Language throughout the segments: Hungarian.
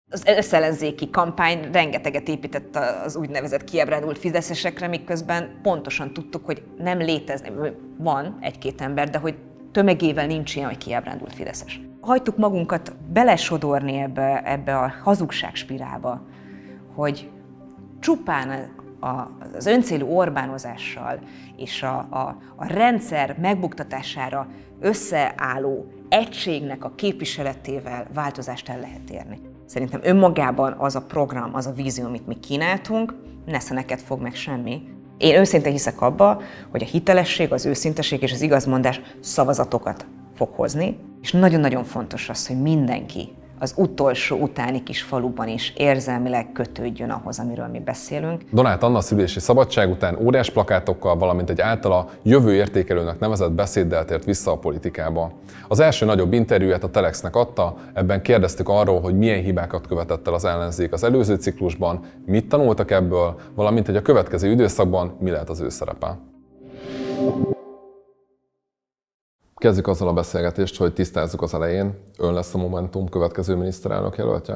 Az összellenzéki kampány rengeteget épített az úgynevezett kiábrándult fideszesekre, miközben pontosan tudtuk, hogy nem létezni. Van egy-két ember, de hogy tömegével nincs ilyen, hogy kiábrándult fideszes. Hagytuk magunkat belesodorni ebbe a hazugságspirálba, hogy csupán az öncélú Orbánozással és a rendszer megbuktatására összeálló egységnek a képviseletével változást el lehet érni. Szerintem önmagában az a program, az a vízió, amit mi kínáltunk, nesze neked fog meg semmi. Én őszintén hiszek abba, hogy a hitelesség, az őszinteség és az igazmondás szavazatokat fog hozni, és nagyon-nagyon fontos az, hogy mindenki az utolsó utáni kis faluban is érzelmileg kötődjön ahhoz, amiről mi beszélünk. Donát Anna szülési szabadság után óriás plakátokkal, valamint egy általa jövő értékelőnek nevezett beszéddel tért vissza a politikába. Az első nagyobb interjúját a Telexnek adta, ebben kérdeztük arról, hogy milyen hibákat követett el az ellenzék az előző ciklusban, mit tanultak ebből, valamint hogy a következő időszakban mi lehet az ő szerepe. Kezdjük azzal a beszélgetést, hogy tisztázzuk az elején. Ön lesz a Momentum következő miniszterelnök jelöltje?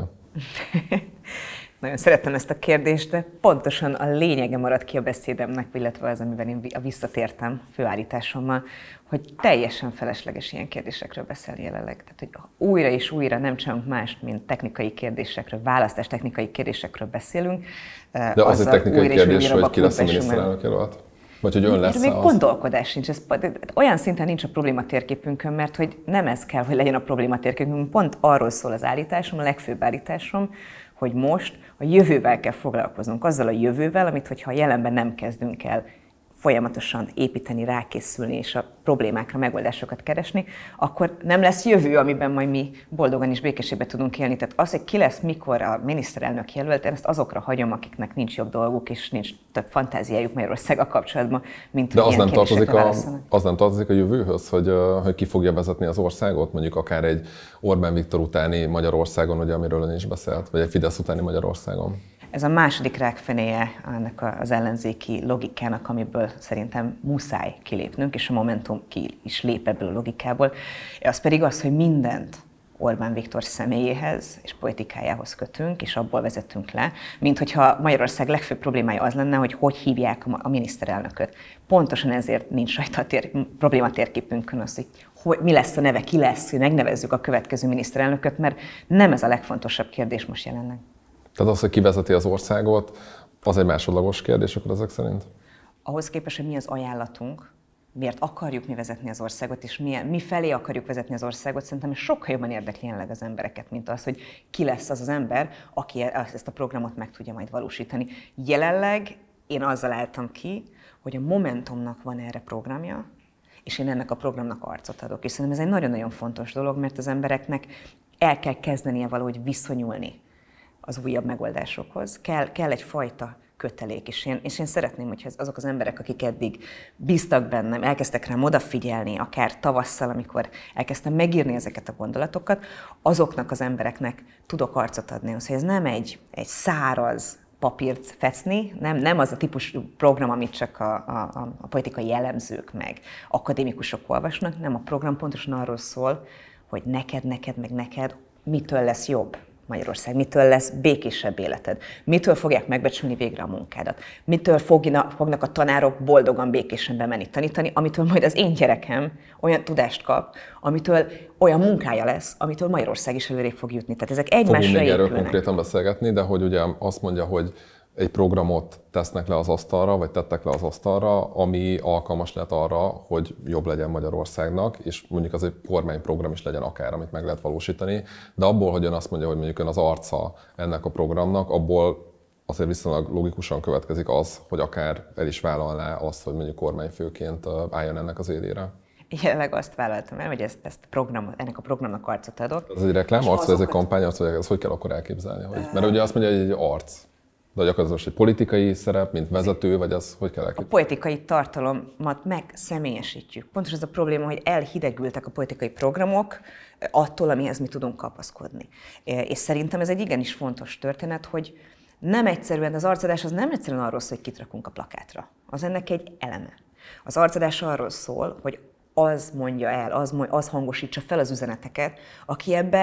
Nagyon szerettem ezt a kérdést, de pontosan a lényege maradt ki a beszédemnek, illetve az, amiben én visszatértem főállításommal, hogy teljesen felesleges ilyen kérdésekről beszélni jelenleg. Tehát, hogy újra és újra nem csinálunk mást, mint technikai kérdésekről, választás technikai kérdésekről beszélünk. De az egy technikai kérdés, hogy ki lesz a miniszterelnök jelölt? Vagy hogy ön lesz még gondolkodás sincs. Olyan szinten nincs a probléma térképünkön, mert hogy nem ez kell, hogy legyen a probléma térképünkön. Pont arról szól az állításom, a legfőbb állításom, hogy most a jövővel kell foglalkoznunk. Azzal a jövővel, amit hogyha a jelenben nem kezdünk el folyamatosan építeni, rákészülni és a problémákra megoldásokat keresni, akkor nem lesz jövő, amiben majd mi boldogan és békességben tudunk élni. Tehát az, hogy ki lesz mikor a miniszterelnök jelölt, én ezt azokra hagyom, akiknek nincs jobb dolguk és nincs több fantáziájuk Magyarországgal kapcsolatban, mint de hogy ilyen kérdésekre az nem tartozik a jövőhöz, hogy ki fogja vezetni az országot, mondjuk akár egy Orbán Viktor utáni Magyarországon, ugye, amiről ön is beszélt, vagy egy Fidesz utáni Magyarországon. Ez a második rákfenéje ennek az ellenzéki logikának, amiből szerintem muszáj kilépnünk, és a Momentum ki is lép ebből a logikából. Az pedig az, hogy mindent Orbán Viktor személyéhez és politikájához kötünk, és abból vezetünk le, mint hogyha Magyarország legfőbb problémája az lenne, hogy hívják a miniszterelnököt. Pontosan ezért nincs rajta a probléma térképünkön az, hogy mi lesz a neve, ki lesz, hogy megnevezzük a következő miniszterelnököt, mert nem ez a legfontosabb kérdés most jelenleg. Tehát az, hogy kivezeti az országot, az egy másodlagos kérdés akkor ezek szerint? Ahhoz képest, hogy mi az ajánlatunk, miért akarjuk mi vezetni az országot, és mi felé akarjuk vezetni az országot, szerintem sokkal jobban érdekli jelenleg az embereket, mint az, hogy ki lesz az az ember, aki ezt a programot meg tudja majd valósítani. Jelenleg én azzal álltam ki, hogy a Momentumnak van erre programja, és én ennek a programnak arcot adok. És szerintem ez egy nagyon-nagyon fontos dolog, mert az embereknek el kell kezdenie valahogy viszonyulni az újabb megoldásokhoz. Kell egyfajta kötelék, és én szeretném, hogy azok az emberek, akik eddig bíztak bennem, elkezdtek rám odafigyelni, akár tavasszal, amikor elkezdtem megírni ezeket a gondolatokat, azoknak az embereknek tudok arcot adni. Szóval ez nem egy száraz papírt fecni, nem az a típusú program, amit csak a politikai jellemzők meg akadémikusok olvasnak, nem, a program pontosan arról szól, hogy neked mitől lesz jobb Magyarország, mitől lesz békésebb életed, mitől fogják megbecsülni végre a munkádat, mitől fognak a tanárok boldogan, békésen bemenni tanítani, amitől majd az én gyerekem olyan tudást kap, amitől olyan munkája lesz, amitől Magyarország is előrébb fog jutni. Tehát ezek egymásra épülnek. Erről konkrétan beszélgetni, de hogy ugye azt mondja, hogy egy programot tesznek le az asztalra, vagy tettek le az asztalra, ami alkalmas lehet arra, hogy jobb legyen Magyarországnak, és mondjuk az egy kormányprogram is legyen akár, amit meg lehet valósítani, de abból, hogy ön azt mondja, hogy mondjuk ön az arca ennek a programnak, abból azért viszonylag logikusan következik az, hogy akár el is vállalná azt, hogy mondjuk kormányfőként álljon ennek az élére. Jelenleg azt vállaltam el, hogy ennek a programnak arcot adok. Ez egy reklámarc, vagy ez egy kampányarc, vagy ez hogy kell akkor elképzelni? Mert ugye azt mondja, hogy egy arc. De gyakorlatilag egy politikai szerep, mint vezető, vagy az hogy kell elképzelni? A politikai tartalomat megszemélyesítjük. Pontosan ez a probléma, hogy elhidegültek a politikai programok attól, amihez mi tudunk kapaszkodni. És szerintem ez egy igenis fontos történet, hogy nem egyszerűen, az arcadás az nem egyszerűen arról szól, hogy kit rakunk a plakátra. Az ennek egy eleme. Az arcadás arról szól, hogy az mondja el, az hangosítsa fel az üzeneteket, aki ebbe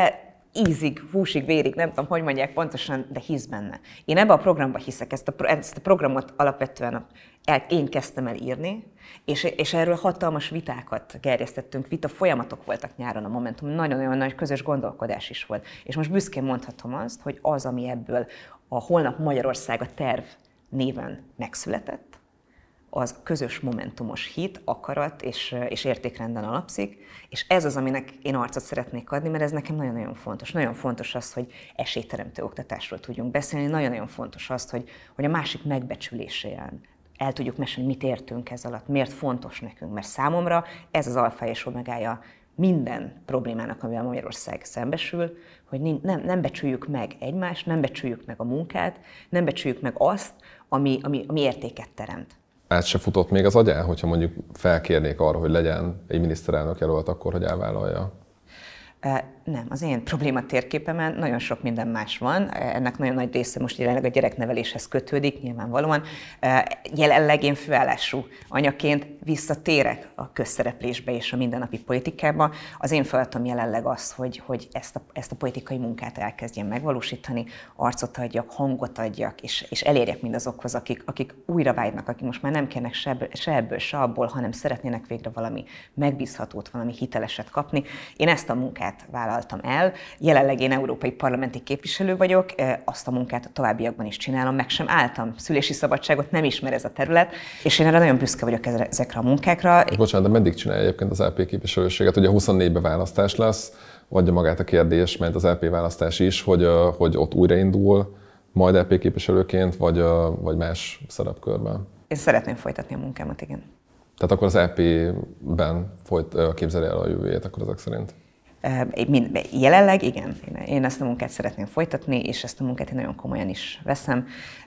ízig, húsig, vérig, nem tudom, hogy mondják pontosan, de hisz benne. Én ebbe a programba hiszek, ezt a programot alapvetően én kezdtem el írni, és erről hatalmas vitákat gerjesztettünk, vita folyamatok voltak nyáron a Momentum, nagyon-nagyon nagy közös gondolkodás is volt. És most büszkén mondhatom azt, hogy az, ami ebből a Holnap Magyarországa terv néven megszületett, az közös momentumos hit, akarat és értékrenden alapszik, és ez az, aminek én arcot szeretnék adni, mert ez nekem nagyon-nagyon fontos. Nagyon fontos az, hogy esélyteremtő oktatásról tudjunk beszélni, nagyon-nagyon fontos az, hogy a másik megbecsülésével el tudjuk mesélni, mit értünk ez alatt, miért fontos nekünk, mert számomra ez az alfa és omegája minden problémának, amivel Magyarország szembesül, hogy nem becsüljük meg egymást, nem becsüljük meg a munkát, nem becsüljük meg azt, ami értéket teremt. Át se futott még az agyán, hogyha mondjuk felkérnék arra, hogy legyen egy miniszterelnök jelölt akkor, hogy elvállalja? Nem, az én probléma térképemen nagyon sok minden más van. Ennek nagyon nagy része most jelenleg a gyerekneveléshez kötődik, nyilvánvalóan. Jelenleg én főállású anyaként visszatérek a közszereplésbe és a mindennapi politikába. Az én feladatom jelenleg az, hogy ezt a politikai munkát elkezdjem megvalósítani, arcot adjak, hangot adjak, és elérjek mindazokhoz, akik újra vágynak, akik most már nem kérnek se ebből, se abból, hanem szeretnének végre valami megbízhatót, valami hiteleset kapni. Én ezt a munkát vállaltam el. Jelenleg én európai parlamenti képviselő vagyok, azt a munkát a továbbiakban is csinálom, meg sem álltam. Szülési szabadságot nem ismer ez a terület, és én erre nagyon büszke vagyok ezekre a munkákra. Bocsánat, de meddig csinálja egyébként az LP képviselőséget? Ugye 24-ben választás lesz, adja magát a kérdés, mert az LP választás is, hogy ott újraindul, majd LP képviselőként, vagy más szerepkörben? Én szeretném folytatni a munkámat, igen. Tehát akkor az LP-ben képzeli el a jövőjét, akkor ezek szerint? Jelenleg igen, én ezt a munkát szeretném folytatni, és ezt a munkát én nagyon komolyan is veszem,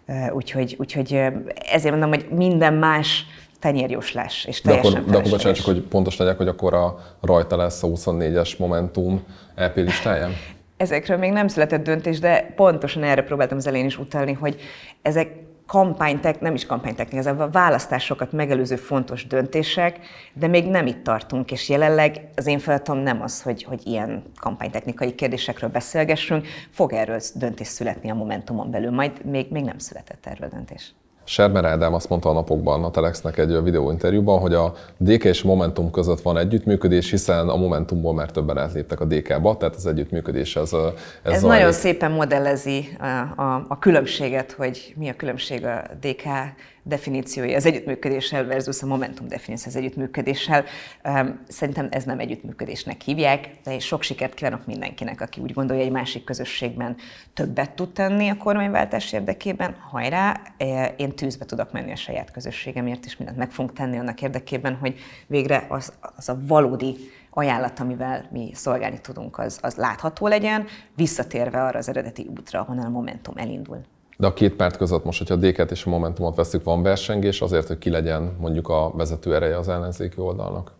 úgyhogy ezért mondom, hogy minden más tenyérjóslás, és teljesen felesleges. De akkor bocsánat, csak hogy pontos legyek, hogy akkor rajta lesz a 24-es Momentum LP listáján? Ezekről még nem született döntés, de pontosan erre próbáltam az elején is utalni, hogy ezek nem is kampánytechnika, ezek a választásokat megelőző fontos döntések, de még nem itt tartunk, és jelenleg az én feladatom nem az, hogy ilyen kampánytechnikai kérdésekről beszélgessünk, fog erről döntés születni a Momentumon belül, majd még nem született erről döntés. Schermer Ádám azt mondta a napokban a Telexnek egy videóinterjúban, hogy a DK és a Momentum között van együttműködés, hiszen a Momentumból már többen átléptek a DK-ba, tehát az együttműködés ez nagyon szépen modellezi a különbséget, hogy mi a különbség a DK definíciója az együttműködéssel versus a Momentum definíció az együttműködéssel. Szerintem ez nem együttműködésnek hívják, de sok sikert kívánok mindenkinek, aki úgy gondolja, hogy egy másik közösségben többet tud tenni a kormányváltás érdekében. Hajrá! Én tűzbe tudok menni a saját közösségemért, és mindent meg fogunk tenni annak érdekében, hogy végre az a valódi ajánlat, amivel mi szolgálni tudunk, az látható legyen, visszatérve arra az eredeti útra, ahonnan a Momentum elindul. De a két párt között most, hogyha a DK-t és a Momentumot veszük, van versengés azért, hogy ki legyen mondjuk a vezető ereje az ellenzéki oldalnak?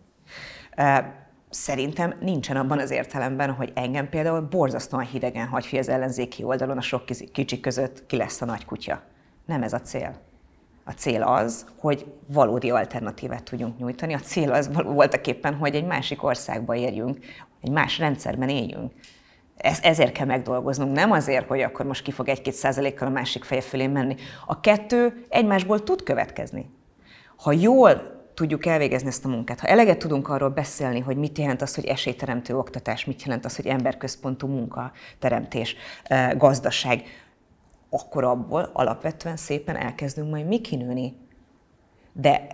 Szerintem nincsen abban az értelemben, hogy engem például borzasztóan hidegen hagy ki az ellenzéki oldalon a sok kicsi között ki lesz a nagy kutya. Nem ez a cél. A cél az, hogy valódi alternatívát tudjunk nyújtani. A cél az voltaképpen, hogy egy másik országba érjünk, egy más rendszerben éljünk. Ezért kell megdolgoznunk, nem azért, hogy akkor most ki fog 1-2% a másik feje fölé menni. A kettő egymásból tud következni. Ha jól tudjuk elvégezni ezt a munkát, ha eleget tudunk arról beszélni, hogy mit jelent az, hogy esélyteremtő oktatás, mit jelent az, hogy emberközpontú munkateremtés, gazdaság, akkor abból alapvetően szépen elkezdünk majd mi kinőni. De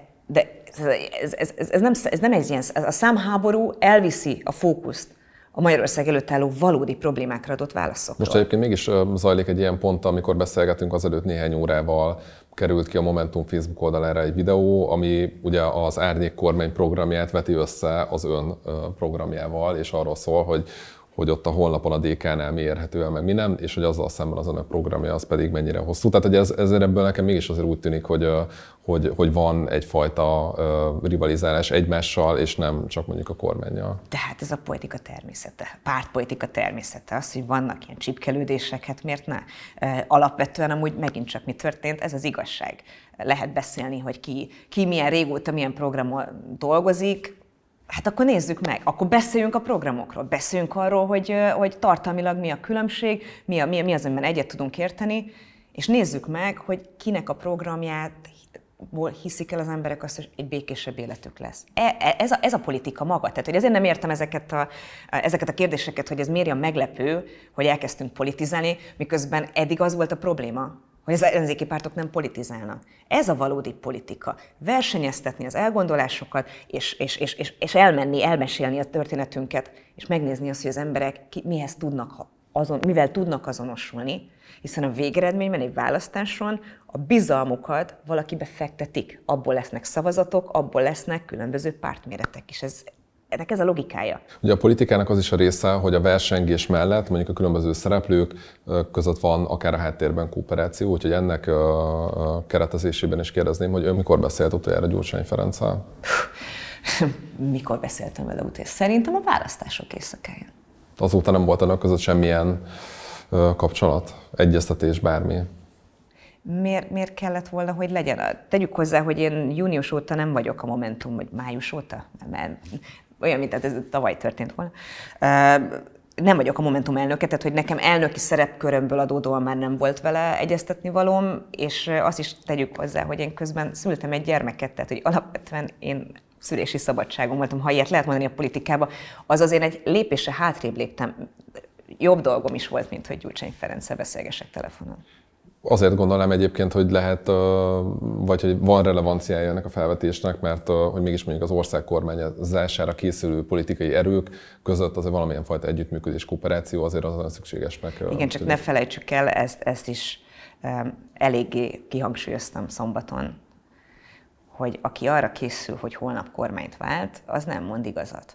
ez nem egy ilyen, a számháború elviszi a fókuszt a Magyarország előtt álló valódi problémákra adott válaszokról. Most egyébként mégis zajlik egy ilyen pont, amikor beszélgetünk azelőtt néhány órával, került ki a Momentum Facebook oldalára egy videó, ami ugye az Árnyék kormány programját veti össze az ön programjával, és arról szól, hogy ott a honlapon a DK-nál mi érhető el, meg mi nem, és hogy azzal szemben az önök programja az pedig mennyire hosszú. Tehát hogy ezért ebből nekem mégis azért úgy tűnik, hogy van egyfajta rivalizálás egymással, és nem csak mondjuk a kormánnyal. Tehát ez a politika természete, pártpolitika természete. Az, hogy vannak ilyen csipkelődések, hát miért ne? Alapvetően amúgy megint csak mi történt, ez az igazság. Lehet beszélni, hogy ki milyen régóta milyen programon dolgozik, Hát akkor nézzük meg, akkor beszéljünk a programokról, beszéljünk arról, hogy tartalmilag mi a különbség, mi az, amiben egyet tudunk érteni, és nézzük meg, hogy kinek a programját hiszik el az emberek azt, hogy egy békésebb életük lesz. Ez a politika maga. Tehát, hogy ezért nem értem ezeket a kérdéseket, hogy ez miért olyan meglepő, hogy elkezdtünk politizálni, miközben eddig az volt a probléma, hogy az ellenzéki pártok nem politizálnak. Ez a valódi politika. Versenyeztetni az elgondolásokat, és elmesélni a történetünket, és megnézni azt, hogy az emberek mihez tudnak mivel tudnak azonosulni, hiszen a végeredményben egy választáson a bizalmukat valakibe fektetik. Abból lesznek szavazatok, abból lesznek különböző pártméretek is. Ennek ez a logikája. Ugye a politikának az is a része, hogy a versengés mellett mondjuk a különböző szereplők között van akár a háttérben kooperáció, úgyhogy ennek keretezésében is kérdezném, hogy ön mikor beszélt utoljára Gyurcsány Ferenccel? Mikor beszéltem vele utoljára? Szerintem a választások éjszakáján. Azóta nem volt önök között semmilyen kapcsolat, egyeztetés, bármi? Miért kellett volna, hogy legyen? Tegyük hozzá, hogy én június óta nem vagyok a Momentum, vagy május óta, mert olyan, mint ez tavaly történt volna. Nem vagyok a Momentum elnöke, tehát hogy nekem elnöki szerepkörömből adódóan már nem volt vele egyeztetni valóm, és azt is tegyük hozzá, hogy én közben szültem egy gyermeket, tehát hogy alapvetően én szülési szabadságom voltam, ha ilyet lehet mondani a politikába, az azért egy lépésre hátrébb léptem. Jobb dolgom is volt, mint hogy Gyurcsány Ferenccel beszélgessek telefonon. Azért gondolom egyébként, hogy lehet, vagy hogy van relevanciája ennek a felvetésnek, mert hogy mégis mondjuk az ország kormányzására készülő politikai erők között azért valamilyen fajta együttműködés, kooperáció azért az szükségesnek. Igen, csak ne felejtsük el, ezt is eléggé kihangsúlyoztam szombaton, hogy aki arra készül, hogy holnap kormányt vált, az nem mond igazat.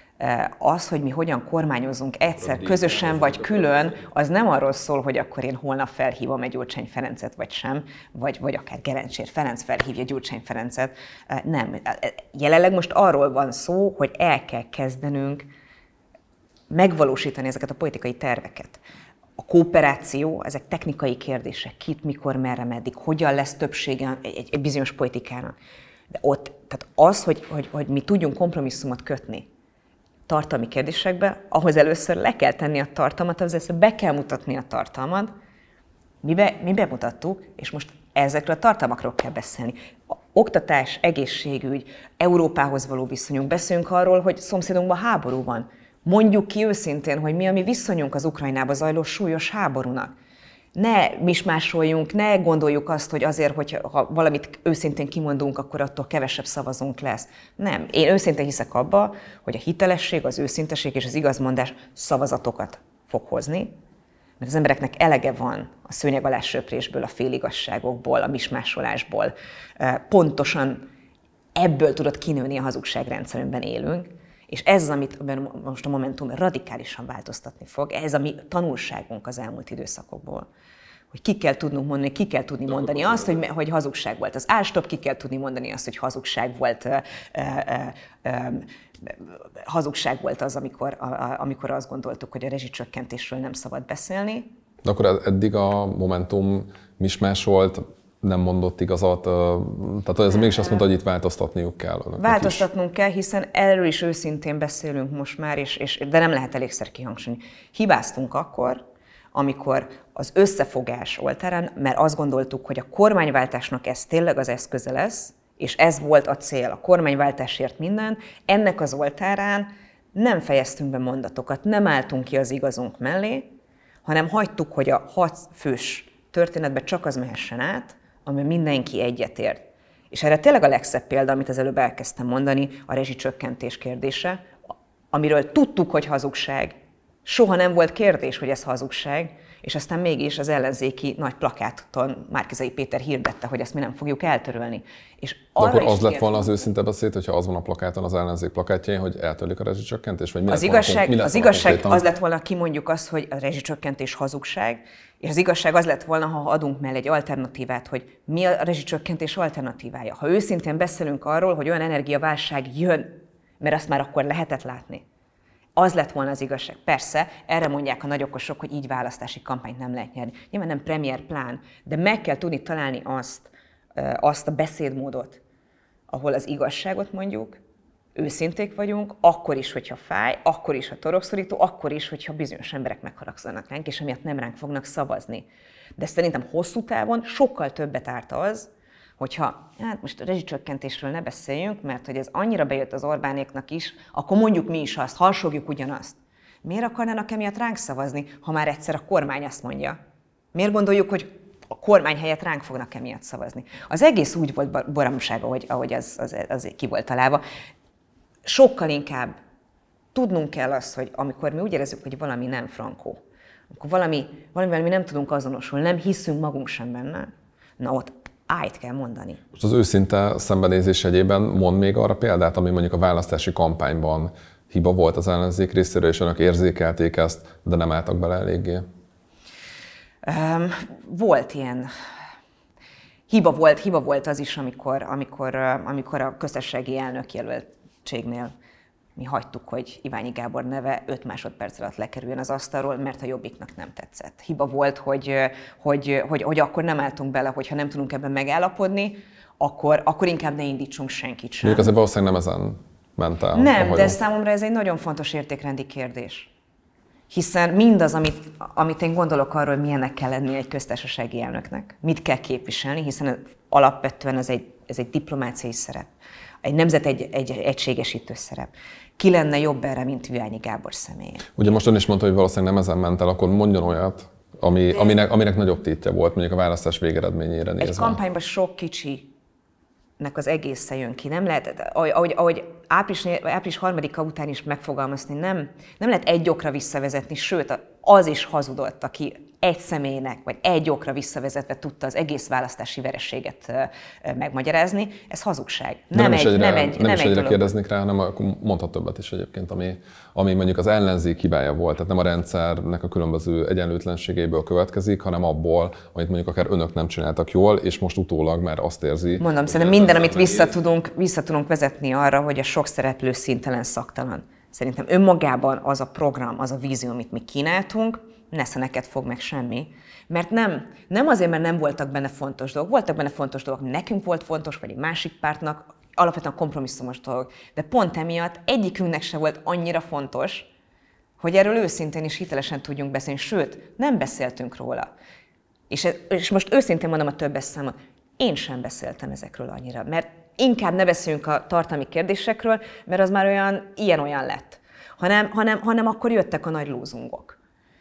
Az, hogy mi hogyan kormányozunk egyszer közösen vagy külön, az nem arról szól, hogy akkor én holnap felhívom egy Gyurcsány Ferencet vagy sem, vagy akár Gerencsér Ferenc felhívja Gyurcsány Ferencet. Nem. Jelenleg most arról van szó, hogy el kell kezdenünk megvalósítani ezeket a politikai terveket. A kooperáció, ezek technikai kérdések, kit, mikor, merre, meddig, hogyan lesz többsége egy bizonyos politikának. De ott, tehát az, hogy mi tudjunk kompromisszumot kötni tartalmi kérdésekbe, ahhoz először le kell tenni a tartalmat, ahhoz először be kell mutatni a tartalmat. Mi bemutattuk, és most ezekről a tartalmakról kell beszélni. Oktatás, egészségügy, Európához való viszonyunk. Beszéljünk arról, hogy szomszédunkban háború van. Mondjuk ki őszintén, hogy mi a mi viszonyunk az Ukrajnába zajló súlyos háborúnak. Ne mismásoljunk, ne gondoljuk azt, hogy azért, hogy ha valamit őszintén kimondunk, akkor attól kevesebb szavazónk lesz. Nem. Én őszintén hiszek abba, hogy a hitelesség, az őszinteség és az igazmondás szavazatokat fog hozni, mert az embereknek elege van a szőnyeg alá söprésből, a féligasságokból, a mismásolásból. Pontosan ebből tudott kinőni a hazugságrendszerünkben élünk, és ez az, amit most a Momentum radikálisan változtatni fog, ez a mi tanulságunk az elmúlt időszakokból. Hogy ki kell tudnunk mondani, ki kell tudni mondani azt, hogy hazugság volt az ástop, ki kell tudni mondani azt, hogy hazugság volt az, amikor azt gondoltuk, hogy a rezsicsökkentésről nem szabad beszélni. De akkor eddig a Momentum mismásolt, nem mondott igazat, tehát ez mégis azt mondta, hogy itt változtatniuk kell. Változtatnunk kell, hiszen erről is őszintén beszélünk most már, de nem lehet elégszer kihangsúlyozni. Hibáztunk akkor, amikor az összefogás oltárán, mert azt gondoltuk, hogy a kormányváltásnak ez tényleg az eszköze lesz, és ez volt a cél, a kormányváltásért minden, ennek az oltárán nem fejeztünk be mondatokat, nem álltunk ki az igazunk mellé, hanem hagytuk, hogy a 6 fős történetbe csak az mehessen át, amiben mindenki egyetért. És erre tényleg a legszebb példa, amit az előbb elkezdtem mondani, a rezsicsökkentés kérdése, amiről tudtuk, hogy hazugság. Soha nem volt kérdés, hogy ez hazugság, és aztán mégis az ellenzéki nagy plakáton Márki-Zay Péter hirdette, hogy ezt mi nem fogjuk eltörölni. És de akkor az lett volna az őszinte beszéd, hogyha az van a plakáton, az ellenzék plakátjain, hogy eltörlik a rezsicsökkentést? Vagy az igazság az lett volna, kimondjuk azt, hogy a rezsicsökkentés hazugság, és az igazság az lett volna, ha adunk mellé egy alternatívát, hogy mi a rezsicsökkentés alternatívája. Ha őszintén beszélünk arról, hogy olyan energiaválság jön, mert azt már akkor lehetett látni. Az lett volna az igazság. Persze, erre mondják a nagyokosok, hogy így választási kampányt nem lehet nyerni. Nyilván nem premier plán, de meg kell tudni találni azt a beszédmódot, ahol az igazságot mondjuk, őszinték vagyunk, akkor is, hogyha fáj, akkor is, ha torokszorító, akkor is, hogyha bizonyos emberek megharagszanak ránk, és emiatt nem ránk fognak szavazni. De szerintem hosszú távon sokkal többet árt az, hogyha, hát most a rezsicsökkentésről ne beszéljünk, mert hogy ez annyira bejött az Orbánéknak is, akkor mondjuk mi is azt, harsogjuk ugyanazt. Miért akarnának emiatt ránk szavazni, ha már egyszer a kormány azt mondja? Miért gondoljuk, hogy a kormány helyett ránk fognak emiatt szavazni? Az egész úgy volt baromság, ahogy az ki volt találva. Sokkal inkább tudnunk kell azt, hogy amikor mi úgy érezzük, hogy valami nem frankó, akkor valamivel mi nem tudunk azonosulni, nem hiszünk magunk sem benne, na ott állt kell mondani. Most az őszinte szembenézés egyében mond még arra példát, ami mondjuk a választási kampányban hiba volt az ellenzék részéről, és önök érzékelték ezt, de nem álltak bele eléggé? Volt ilyen. Hiba volt az is, amikor a köztársasági elnök jelöltségnél mi hagytuk, hogy Iványi Gábor neve 5 másodperc alatt lekerüljön az asztalról, mert a Jobbiknak nem tetszett. Hiba volt, hogy akkor nem álltunk bele, hogyha nem tudunk ebben megállapodni, akkor inkább ne indítsunk senkit sem. Mondjuk azért valószínűleg nem ezen ment el. Nem, de számomra ez egy nagyon fontos értékrendi kérdés. Hiszen mindaz, amit én gondolok arról, hogy milyennek kell lennie egy köztársasági elnöknek, mit kell képviselni, hiszen alapvetően ez egy diplomáciai szerep, egy nemzet egy egységesítő szerep. Ki lenne jobb erre, mint Iványi Gábor személye? Ugye most ön is mondta, hogy valószínűleg nem ezen ment el, akkor mondjon olyat, aminek nagyobb tétje volt, mondjuk a választás végeredményére nézve. Egy kampányban sok kicsinek az egésze jön ki. Nem lehet, ahogy április 3-a után is megfogalmazni, nem lehet egy okra visszavezetni, sőt, az is hazudott, aki egy személynek, vagy egy okra visszavezetve tudta az egész választási vereséget megmagyarázni. Ez hazugság. Nem is egyre kérdeznék rá, hanem akkor mondhat többet is egyébként, ami mondjuk az ellenzék hibája volt. Tehát nem a rendszernek a különböző egyenlőtlenségeiből következik, hanem abból, amit mondjuk akár önök nem csináltak jól, és most utólag már azt érzi. Mondom, szerintem minden, amit vissza tudunk vezetni arra, hogy a sok szereplő színtelen, szaktalan. Szerintem önmagában az a program, az a vízió, amit mi kínáltunk, nesze neked fog meg semmi. Mert nem azért, mert nem voltak benne fontos dolgok. Voltak benne fontos dolgok, ami nekünk volt fontos, vagy egy másik pártnak, alapvetően kompromisszumos dolgok. De pont emiatt egyikünknek se volt annyira fontos, hogy erről őszintén és hitelesen tudjunk beszélni. Sőt, nem beszéltünk róla. És most őszintén mondom a többes számot, én sem beszéltem ezekről annyira, mert inkább ne beszéljünk a tartalmi kérdésekről, mert az már ilyen-olyan lett. Hanem akkor jöttek a nagy lózungok.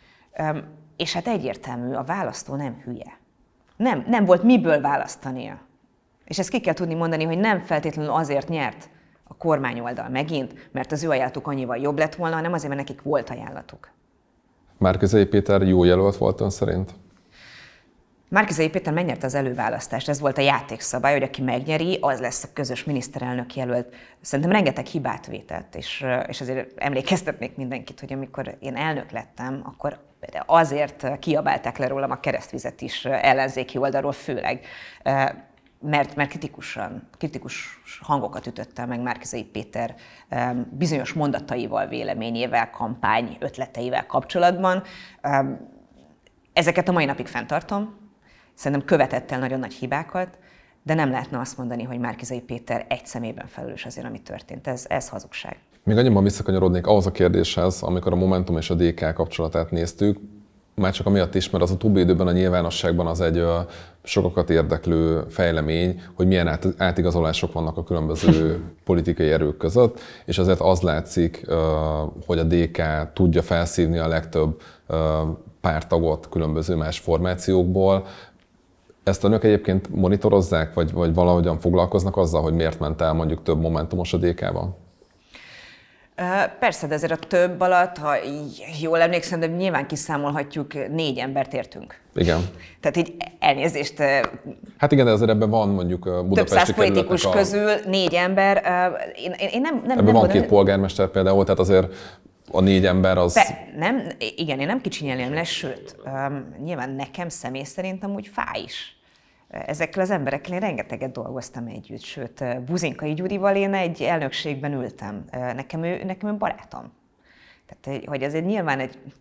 És hát egyértelmű, a választó nem hülye. Nem volt miből választania. És ezt ki kell tudni mondani, hogy nem feltétlenül azért nyert a kormányoldal megint, mert az ő ajánlatuk annyival jobb lett volna, hanem azért, mert nekik volt ajánlatuk. Márki-Zay Péter jó jelölt volt ön szerint? Márki-Zay Péter megnyerte az előválasztást, ez volt a játékszabály, hogy aki megnyeri, az lesz a közös miniszterelnök jelölt. Szerintem rengeteg hibát vétett, és azért emlékeztetnék mindenkit, hogy amikor én elnök lettem, akkor azért kiabálták le rólam a keresztvizet is ellenzéki oldalról főleg, mert kritikus hangokat ütöttem meg Márki-Zay Péter bizonyos mondataival, véleményével, kampány ötleteivel kapcsolatban. Ezeket a mai napig fenntartom. Szerintem követett el nagyon nagy hibákat, de nem lehetne azt mondani, hogy Márki-Zay Péter egy személyben felelős azért, ami történt. Ez hazugság. Még annyiban visszakanyarodnék ahhoz a kérdéshez, amikor a Momentum és a DK kapcsolatát néztük, már csak amiatt is, mert az utóbbi időben a nyilvánosságban az egy sokakat érdeklő fejlemény, hogy milyen átigazolások vannak a különböző politikai erők között, és azért az látszik, hogy a DK tudja felszívni a legtöbb párttagot különböző más formációkból. Ezt önök egyébként monitorozzák, vagy valahogyan foglalkoznak azzal, hogy miért ment el mondjuk több momentumos a DK-ban? Persze, de ezért a több alatt, ha jól emlékszem, de nyilván kiszámolhatjuk, 4 embert értünk. Igen. Tehát így elnézést. Hát igen, de azért ebben van mondjuk budapesti több száz politikus közül 4 ember. Én nem ebben van 2 polgármester például, tehát azért a 4 ember az... Igen, én nem kicsinyelném le, sőt, nyilván nekem személy szerint amúgy fáj is. Ezekkel az emberekkel én rengeteget dolgoztam együtt, sőt, Buzinkai Gyurival én egy elnökségben ültem. Nekem ő barátom. Tehát, hogy azért nyilván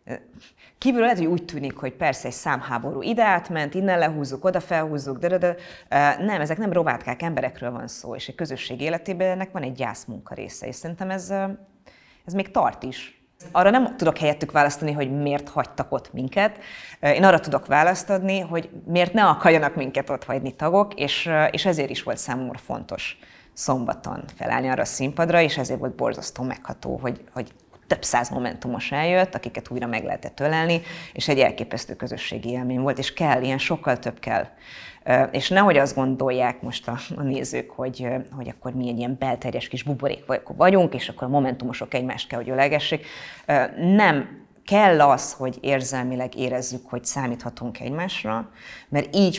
Kívülről lehet, hogy úgy tűnik, hogy persze egy számháború ide átment, innen lehúzzuk, oda felhúzzuk, de nem, ezek nem rovátkák, emberekről van szó, és egy közösség életében ennek van egy gyászmunka része, és szerintem ez még tart is. Arra nem tudok helyettük választani, hogy miért hagytak ott minket. Én arra tudok választ adni, hogy miért ne akarjanak minket ott hagyni tagok, és ezért is volt számomra fontos szombaton felállni arra a színpadra, és ezért volt borzasztó megható, hogy több száz momentumos eljött, akiket újra meg lehetett ölelni, és egy elképesztő közösségi élmény volt, és kell, ilyen sokkal több kell. És nehogy azt gondolják most a nézők, hogy akkor mi egy ilyen belterjes kis buborék vagyunk, és akkor a momentumosok egymást kell, hogy ölegessék. Nem kell az, hogy érzelmileg érezzük, hogy számíthatunk egymásra, mert így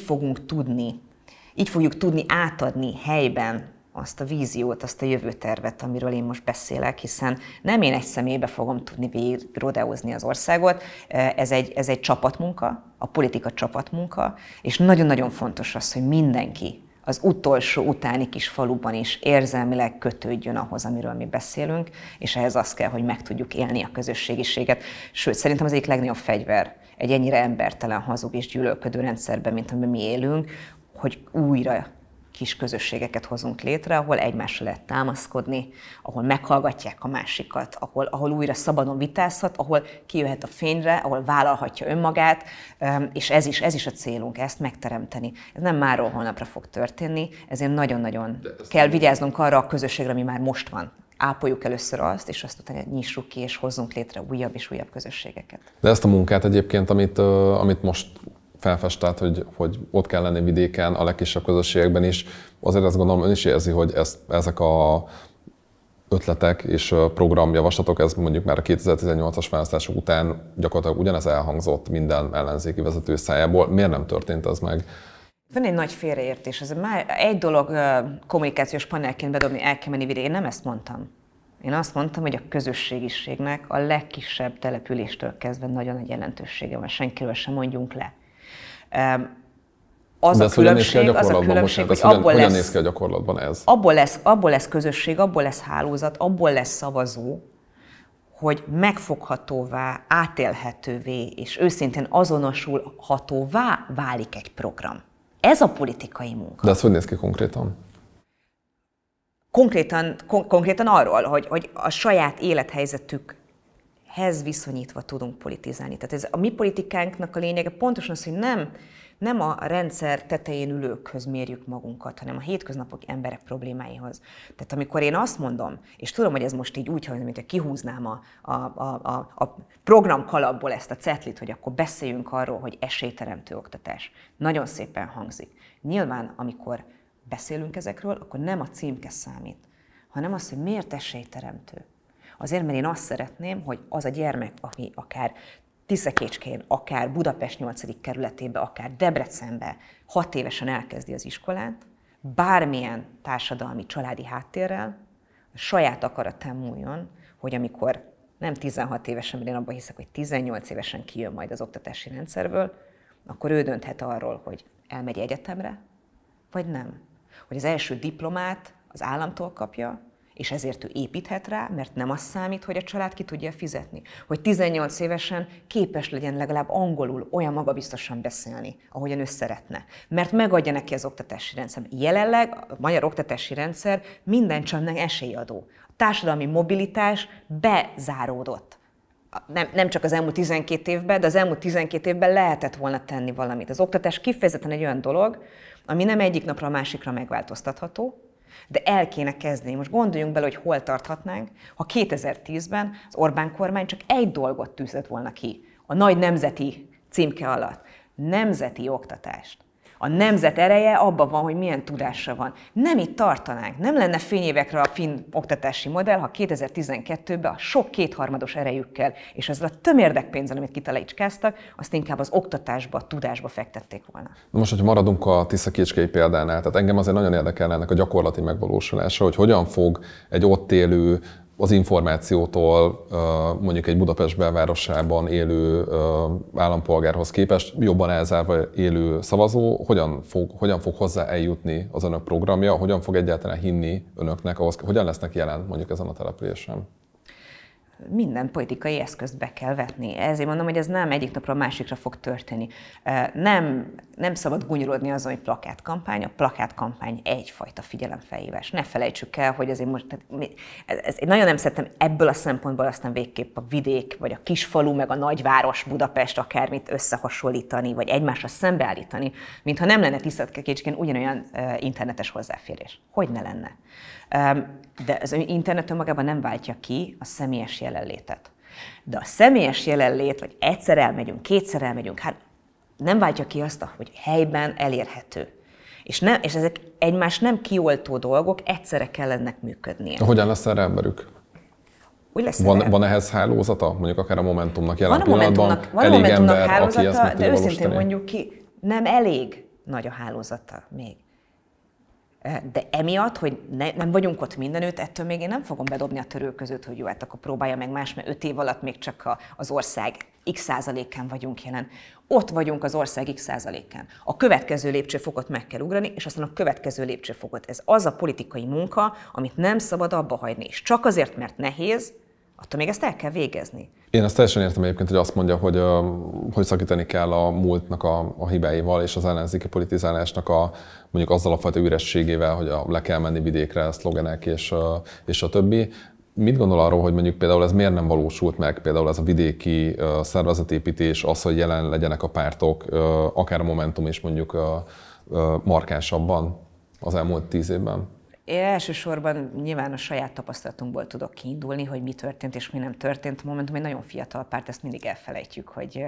fogjuk tudni átadni helyben azt a víziót, azt a jövőtervet, amiről én most beszélek, hiszen nem én egy személybe fogom tudni végigrodeózni az országot, ez egy csapatmunka, a politika csapatmunka, és nagyon-nagyon fontos az, hogy mindenki az utolsó utáni kis faluban is érzelmileg kötődjön ahhoz, amiről mi beszélünk, és ehhez az kell, hogy meg tudjuk élni a közösségiséget. Sőt, szerintem az egyik legnagyobb fegyver egy ennyire embertelen, hazug és gyűlölködő rendszerben, mint amiben mi élünk, hogy újra kis közösségeket hozunk létre, ahol egymásra lehet támaszkodni, ahol meghallgatják a másikat, ahol újra szabadon vitázhat, ahol kijöhet a fényre, ahol vállalhatja önmagát, és ez is a célunk, ezt megteremteni. Ez nem máról holnapra fog történni, ezért nagyon-nagyon kell vigyáznunk arra a közösségre, ami már most van. Ápoljuk először azt, és azt utána nyissuk ki, és hozzunk létre újabb és újabb közösségeket. De ezt a munkát egyébként, amit most felfestett, hogy ott kell lenni vidéken, a legkisebb közösségekben is. Azért azt gondolom, ön is érzi, hogy ezek a ötletek és programjavaslatok, ez mondjuk már a 2018-as választások után gyakorlatilag ugyanez elhangzott minden ellenzéki vezető szájából. Miért nem történt ez meg? Van egy nagy félreértés. Ez már egy dolog kommunikációs panelként bedobni, el kell menni vidéken. Én nem ezt mondtam. Én azt mondtam, hogy a közösségiségnek a legkisebb településtől kezdve nagyon nagy jelentősége van. Senkiről sem mondjunk le. Az a különbség, hogy hogyan néz ki a gyakorlatban ez? Abból lesz közösség, abból lesz hálózat, abból lesz szavazó, hogy megfoghatóvá, átélhetővé és őszintén azonosulhatóvá válik egy program. Ez a politikai munka. De ez hogy néz ki konkrétan? Konkrétan arról, hogy a saját élethelyzetükhez viszonyítva tudunk politizálni. Tehát ez a mi politikánknak a lényege pontosan az, hogy nem a rendszer tetején ülőkhöz mérjük magunkat, hanem a hétköznapok emberek problémáihoz. Tehát amikor én azt mondom, és tudom, hogy ez most így úgy hangzik, mintha kihúznám a programkalapból ezt a cetlit, hogy akkor beszéljünk arról, hogy esélyteremtő oktatás. Nagyon szépen hangzik. Nyilván, amikor beszélünk ezekről, akkor nem a címke számít, hanem az, hogy miért esélyteremtő. Azért, mert én azt szeretném, hogy az a gyermek, aki akár Tiszakécskén, akár Budapest 8. kerületébe, akár Debrecenbe 6 évesen elkezdi az iskolát, bármilyen társadalmi, családi háttérrel, a saját akaratán múljon, hogy amikor nem 16 évesen, mert én abban hiszek, hogy 18 évesen kijön majd az oktatási rendszerből, akkor ő dönthet arról, hogy elmegy egyetemre, vagy nem. Hogy az első diplomát az államtól kapja, és ezért ő építhet rá, mert nem az számít, hogy a család ki tudja fizetni. Hogy 18 évesen képes legyen legalább angolul olyan magabiztosan beszélni, ahogyan ő szeretne. Mert megadja neki az oktatási rendszer. Jelenleg a magyar oktatási rendszer minden családnak esélyadó. A társadalmi mobilitás bezáródott. Nem csak az elmúlt 12 évben, de az elmúlt 12 évben lehetett volna tenni valamit. Az oktatás kifejezetten egy olyan dolog, ami nem egyik napra a másikra megváltoztatható, de el kéne kezdeni. Most gondoljunk bele, hogy hol tarthatnánk, ha 2010-ben az Orbán kormány csak egy dolgot tűzött volna ki, a nagy nemzeti címke alatt, nemzeti oktatást. A nemzet ereje abban van, hogy milyen tudásra van. Nem itt tartanánk, nem lenne fényévekre a finn oktatási modell, ha 2012-ben a sok kétharmados erejükkel és ezzel a tömérdek pénzzel, amit kitalicskáztak, azt inkább az oktatásba, a tudásba fektették volna. Most, hogyha maradunk a tiszakécskei példánál, tehát engem azért nagyon érdekel ennek a gyakorlati megvalósulása, hogy hogyan fog egy ott élő, az információtól mondjuk egy Budapest belvárosában élő állampolgárhoz képest jobban elzárva élő szavazó, hogyan fog hozzá eljutni az önök programja, hogyan fog egyáltalán hinni önöknek, ahhoz, hogyan lesznek jelen mondjuk ezen a településen? minden politikai eszközt be kell vetni. Ezért mondom, hogy ez nem egyik napról a másikra fog történni. Nem szabad gunyorodni azon, hogy plakátkampány. A plakátkampány egyfajta figyelemfelhívás. Ne felejtsük el, hogy azért most, én nagyon nem szeretem ebből a szempontból aztán végképp a vidék, vagy a kisfalu, meg a nagyváros, Budapest, akármit összehasonlítani, vagy egymásra szembeállítani, mintha nem lenne Tiszakécskén ugyanolyan internetes hozzáférés. Hogy ne lenne? De az internet önmagában nem váltja ki a személyes jelenlétet. De a személyes jelenlét, vagy egyszer elmegyünk, kétszer elmegyünk, hát nem váltja ki azt, hogy helyben elérhető. És ezek egymás nem kioltó dolgok, egyszerre kell ennek működnie. Hogyan lesz erre emberük? Van ehhez hálózata? Mondjuk akár a Momentumnak jelen pillanatban elég ember, hálózata, aki ezt meg tudja de őszintén valósítani? mondjuk ki, nem elég nagy a hálózata még. De emiatt, hogy nem vagyunk ott mindenütt, ettől még én nem fogom bedobni a törőközőt, hogy jó, hát akkor próbálja meg más, mert 5 év alatt még csak az ország x% vagyunk jelen. Ott vagyunk az ország x%. A következő lépcsőfokot meg kell ugrani, és aztán a következő lépcsőfokot. Ez az a politikai munka, amit nem szabad abba hagyni. És csak azért, mert nehéz, attól még ezt el kell végezni. Én ezt teljesen értem egyébként, hogy azt mondja, hogy szakítani kell a múltnak a hibáival és az ellenzéki politizálásnak mondjuk azzal a fajta ürességével, hogy le kell menni vidékre, szlogenek és a többi. Mit gondol arról, hogy mondjuk például ez miért nem valósult meg, például ez a vidéki szervezetépítés, az, hogy jelen legyenek a pártok, akár a Momentum is mondjuk markánsabban az elmúlt 10 évben? Én elsősorban nyilván a saját tapasztalatunkból tudok kiindulni, hogy mi történt és mi nem történt. A Momentum egy nagyon fiatal párt, ezt mindig elfelejtjük, hogy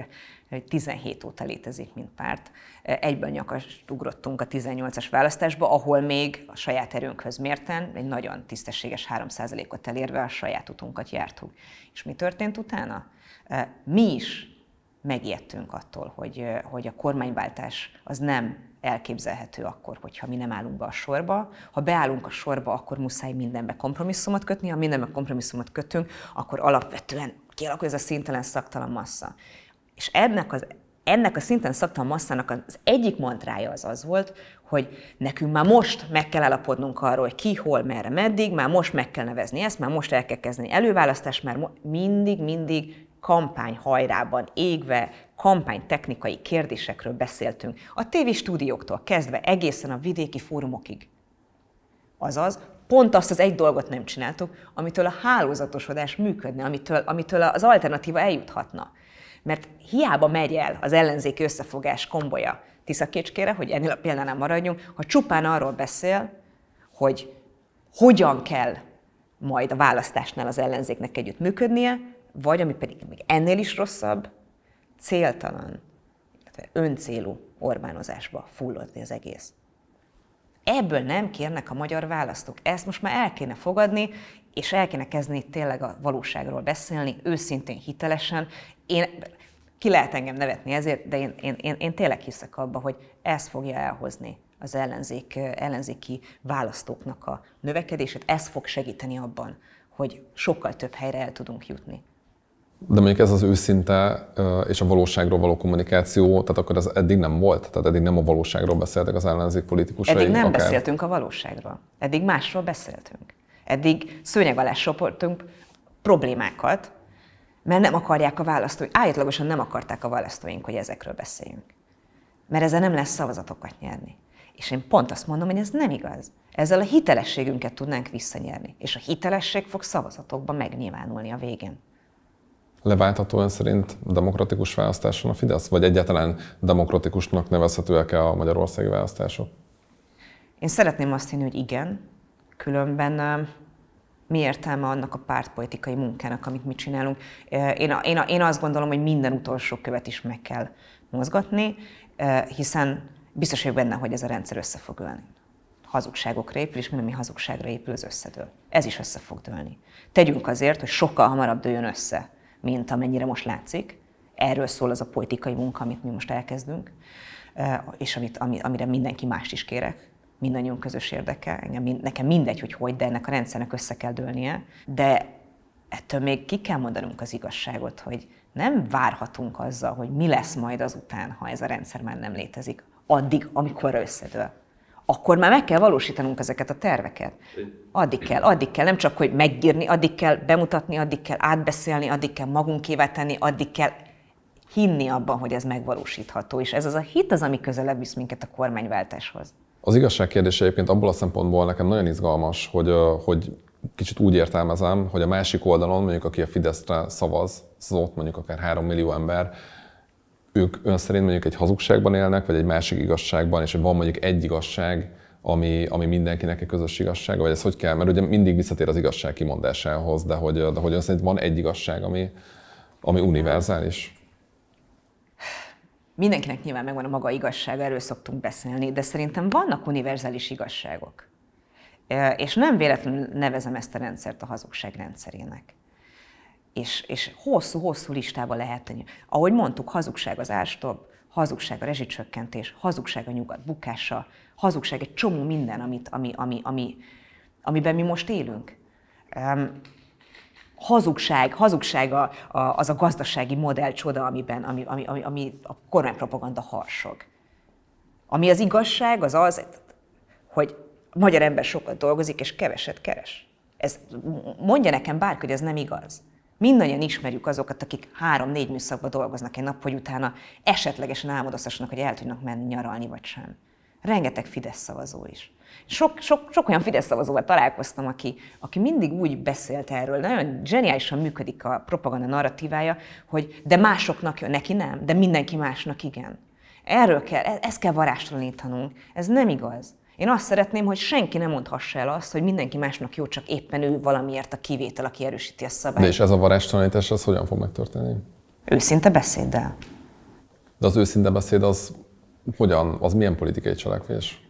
17 óta létezik, mint párt. Egyből nyakast ugrottunk a 18-as választásba, ahol még a saját erőnkhöz mérten egy nagyon tisztességes 3%-ot elérve a saját utunkat jártuk. És mi történt utána? Mi is megijedtünk attól, hogy a kormányváltás az nem elképzelhető akkor, hogyha mi nem állunk be a sorba. Ha beállunk a sorba, akkor muszáj mindenbe kompromisszumot kötni. Ha mindenbe kompromisszumot kötünk, akkor alapvetően kialakul ez a színtelen szaktalan massza. És ennek a színtelen szaktalan masszának az egyik mantrája az volt, hogy nekünk már most meg kell állapodnunk arról, hogy ki, hol, merre, meddig, már most meg kell nevezni ezt, már most el kell kezdeni előválasztást, már mindig kampányhajrában égve, kampánytechnikai kérdésekről beszéltünk. A tévéstúdióktól kezdve egészen a vidéki fórumokig. Azaz, pont azt az egy dolgot nem csináltuk, amitől a hálózatosodás működne, amitől az alternatíva eljuthatna. Mert hiába megy el az ellenzéki összefogás kombolya Tiszakécskére, hogy ennél a példánál maradjunk, ha csupán arról beszél, hogy hogyan kell majd a választásnál az ellenzéknek együtt működnie, vagy ami pedig még ennél is rosszabb, céltalan, öncélú Orbánozásba fulladni az egész. Ebből nem kérnek a magyar választók. Ezt most már el kéne fogadni, és el kéne kezdeni tényleg a valóságról beszélni, őszintén, hitelesen. Ki lehet engem nevetni ezért, de én tényleg hiszek abba, hogy ez fogja elhozni az ellenzéki választóknak a növekedését, ez fog segíteni abban, hogy sokkal több helyre el tudunk jutni. De mondjuk ez az őszinte és a valóságról való kommunikáció, tehát akkor ez eddig nem volt? Tehát eddig nem a valóságról beszéltek az ellenzék politikusai? Eddig nem beszéltünk a valóságról. Eddig másról beszéltünk. Eddig szőnyeg alá soportunk problémákat, mert nem akarják a választóink, állítlagosan nem akarták a választóink, hogy ezekről beszéljünk. Mert ezzel nem lesz szavazatokat nyerni. És én pont azt mondom, hogy ez nem igaz. Ezzel a hitelességünket tudnánk visszanyerni. És a hitelesség fog szavazatokban megnyilvánulni a végén. Leváltható ön szerint demokratikus választáson a Fidesz? Vagy egyáltalán demokratikusnak nevezhetőek-e a magyarországi választások? Én szeretném azt hinni, hogy igen. Különben mi értelme annak a pártpolitikai munkának, amit mi csinálunk? Én azt gondolom, hogy minden utolsó követ is meg kell mozgatni, hiszen biztos vagyok benne, hogy ez a rendszer össze fog dőlni. Hazugságokra épül, és minden, ami hazugságra épül, az összedől. Ez is össze fog dőlni. Tegyünk azért, hogy sokkal hamarabb dőljön össze, mint amennyire most látszik. Erről szól az a politikai munka, amit mi most elkezdünk, és amire mindenki mást is kérek. Mindannyiunk közös érdeke. Nekem mindegy, hogy, de ennek a rendszernek össze kell dőlnie. De ettől még ki kell mondanunk az igazságot, hogy nem várhatunk azzal, hogy mi lesz majd azután, ha ez a rendszer már nem létezik. Addig, amikor összedől. akkor már meg kell valósítanunk ezeket a terveket. Addig kell, nem csak, hogy megírni, addig kell bemutatni, addig kell átbeszélni, addig kell magunkévá tenni, addig kell hinni abban, hogy ez megvalósítható. És ez az a hit az, ami közelebb visz minket a kormányváltáshoz. Az igazság kérdése egyébként abból a szempontból nekem nagyon izgalmas, hogy kicsit úgy értelmezem, hogy a másik oldalon, mondjuk aki a Fideszre szavazott, mondjuk akár 3 millió ember, ők ön szerint mondjuk egy hazugságban élnek, vagy egy másik igazságban, és van mondjuk egy igazság, ami mindenkinek egy közös igazsága, vagy ez hogy kell? Mert ugye mindig visszatér az igazság kimondásához, de hogy ön szerint van egy igazság, ami univerzális? Mindenkinek nyilván megvan a maga igazsága, erről szoktunk beszélni, de szerintem vannak univerzális igazságok. És nem véletlenül nevezem ezt a rendszert a hazugság rendszerének. És hosszú-hosszú listába lehet tenni. Ahogy mondtuk, hazugság az árstop, hazugság a rezsicsökkentés, hazugság a nyugat bukása, hazugság egy csomó minden, amiben mi most élünk. Hazugság az a gazdasági modellcsoda, ami a kormánypropaganda harsog. Ami az igazság, az, hogy a magyar ember sokat dolgozik és keveset keres. Mondja nekem bárki, hogy ez nem igaz. Mindannyian ismerjük azokat, akik 3-4 műszakban dolgoznak egy nap, hogy utána esetlegesen álmodozhassanak, hogy el tudnak menni nyaralni, vagy sem. Rengeteg Fidesz szavazó is. Sok olyan Fidesz szavazóval találkoztam, aki mindig úgy beszélt erről, nagyon zseniálisan működik a propaganda narratívája, hogy de másoknak neki nem, de mindenki másnak igen. Ezt kell varázstalanítanunk. Ez nem igaz. Én azt szeretném, hogy senki nem mondhassa el azt, hogy mindenki másnak jó, csak éppen ő valamiért a kivétel, aki erősíti a szabályt. De és ez a varázstalanítás, az hogyan fog megtörténni? Őszinte beszéddel. De az őszinte beszéd az milyen politikai cselekvés?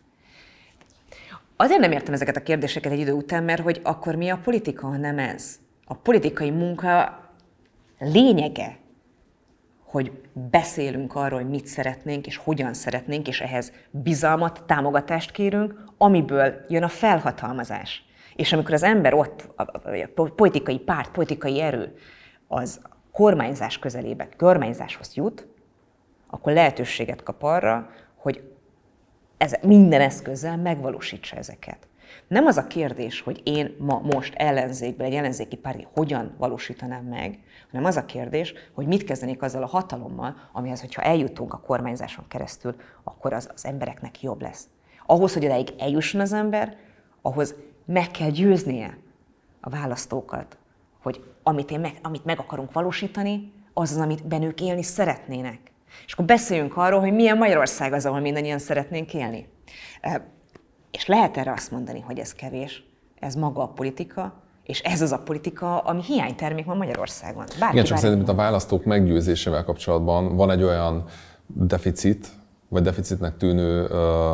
Azért nem értem ezeket a kérdéseket egy idő után, mert hogy akkor mi a politika, ha nem ez? A politikai munka lényege, hogy beszélünk arról, hogy mit szeretnénk, és hogyan szeretnénk, és ehhez bizalmat, támogatást kérünk, amiből jön a felhatalmazás. És amikor az ember ott, a politikai párt, politikai erő, az kormányzás közelébe, kormányzáshoz jut, akkor lehetőséget kap arra, hogy minden eszközzel megvalósítsa ezeket. Nem az a kérdés, hogy én most ellenzékben, egy ellenzéki párt hogyan valósítanám meg, hanem az a kérdés, hogy mit kezdenék azzal a hatalommal, amihez, hogyha eljutunk a kormányzáson keresztül, akkor az embereknek jobb lesz. Ahhoz, hogy odáig eljusson az ember, ahhoz meg kell győznie a választókat, hogy amit meg akarunk valósítani, az, amiben ők élni szeretnének. És akkor beszéljünk arról, hogy milyen Magyarország az, ahol mindannyian szeretnénk élni. És lehet erre azt mondani, hogy ez kevés, ez maga a politika, és ez az a politika, ami hiánytermék van Magyarországon. Igen, csak szerintem a választók meggyőzésével kapcsolatban van egy olyan deficit, vagy deficitnek tűnő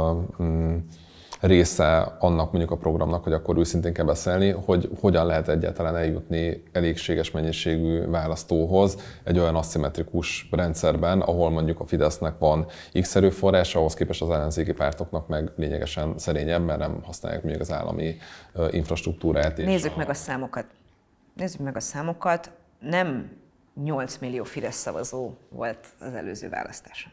része annak mondjuk a programnak, hogy akkor őszintén kell beszélni, hogy hogyan lehet egyáltalán eljutni elégséges mennyiségű választóhoz egy olyan aszimmetrikus rendszerben, ahol mondjuk a Fidesznek van X erőforrása, ahhoz képest az ellenzéki pártoknak meg lényegesen szerényebb, mert nem használják mondjuk az állami infrastruktúrát. Nézzük meg a számokat. Nem 8 millió Fidesz szavazó volt az előző választáson.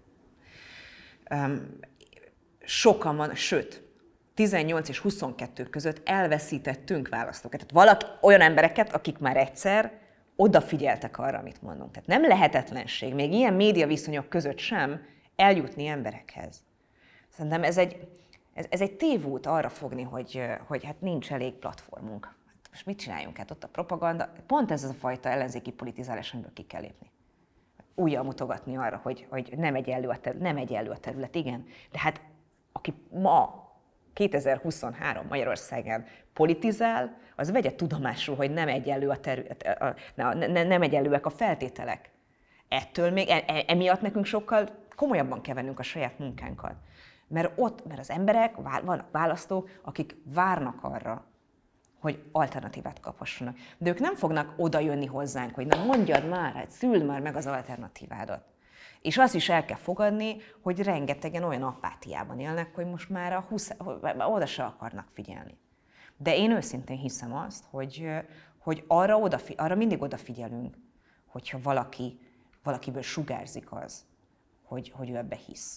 Sokan van, sőt, 18 és 22 között elveszítettünk választókat. Tehát olyan embereket, akik már egyszer odafigyeltek arra, amit mondunk. Tehát nem lehetetlenség, még ilyen médiaviszonyok között sem eljutni emberekhez. Szerintem ez egy tévút arra fogni, hogy hát nincs elég platformunk. Most mit csináljunk? Hát ott a propaganda, pont ez az a fajta ellenzéki politizálás, amiből ki kell lépni. Újjal mutogatni arra, hogy nem egyenlő a terület, igen. De hát aki ma 2023 Magyarországán politizál, az vegye tudomásul, hogy nem egyenlő nem egyenlőek a feltételek. Ettől még emiatt nekünk sokkal komolyabban kell vennünk a saját munkánkat. Mert az emberek, vannak választók, akik várnak arra, hogy alternatívát kaphassanak. De ők nem fognak oda jönni hozzánk, hogy na mondjad már, hát szüld már meg az alternatívádat. És azt is el kell fogadni, hogy rengetegen olyan apátiában élnek, hogy most már oda se akarnak figyelni. De én őszintén hiszem azt, hogy arra mindig odafigyelünk, hogyha valakiből sugárzik az, hogy ő ebbe hisz.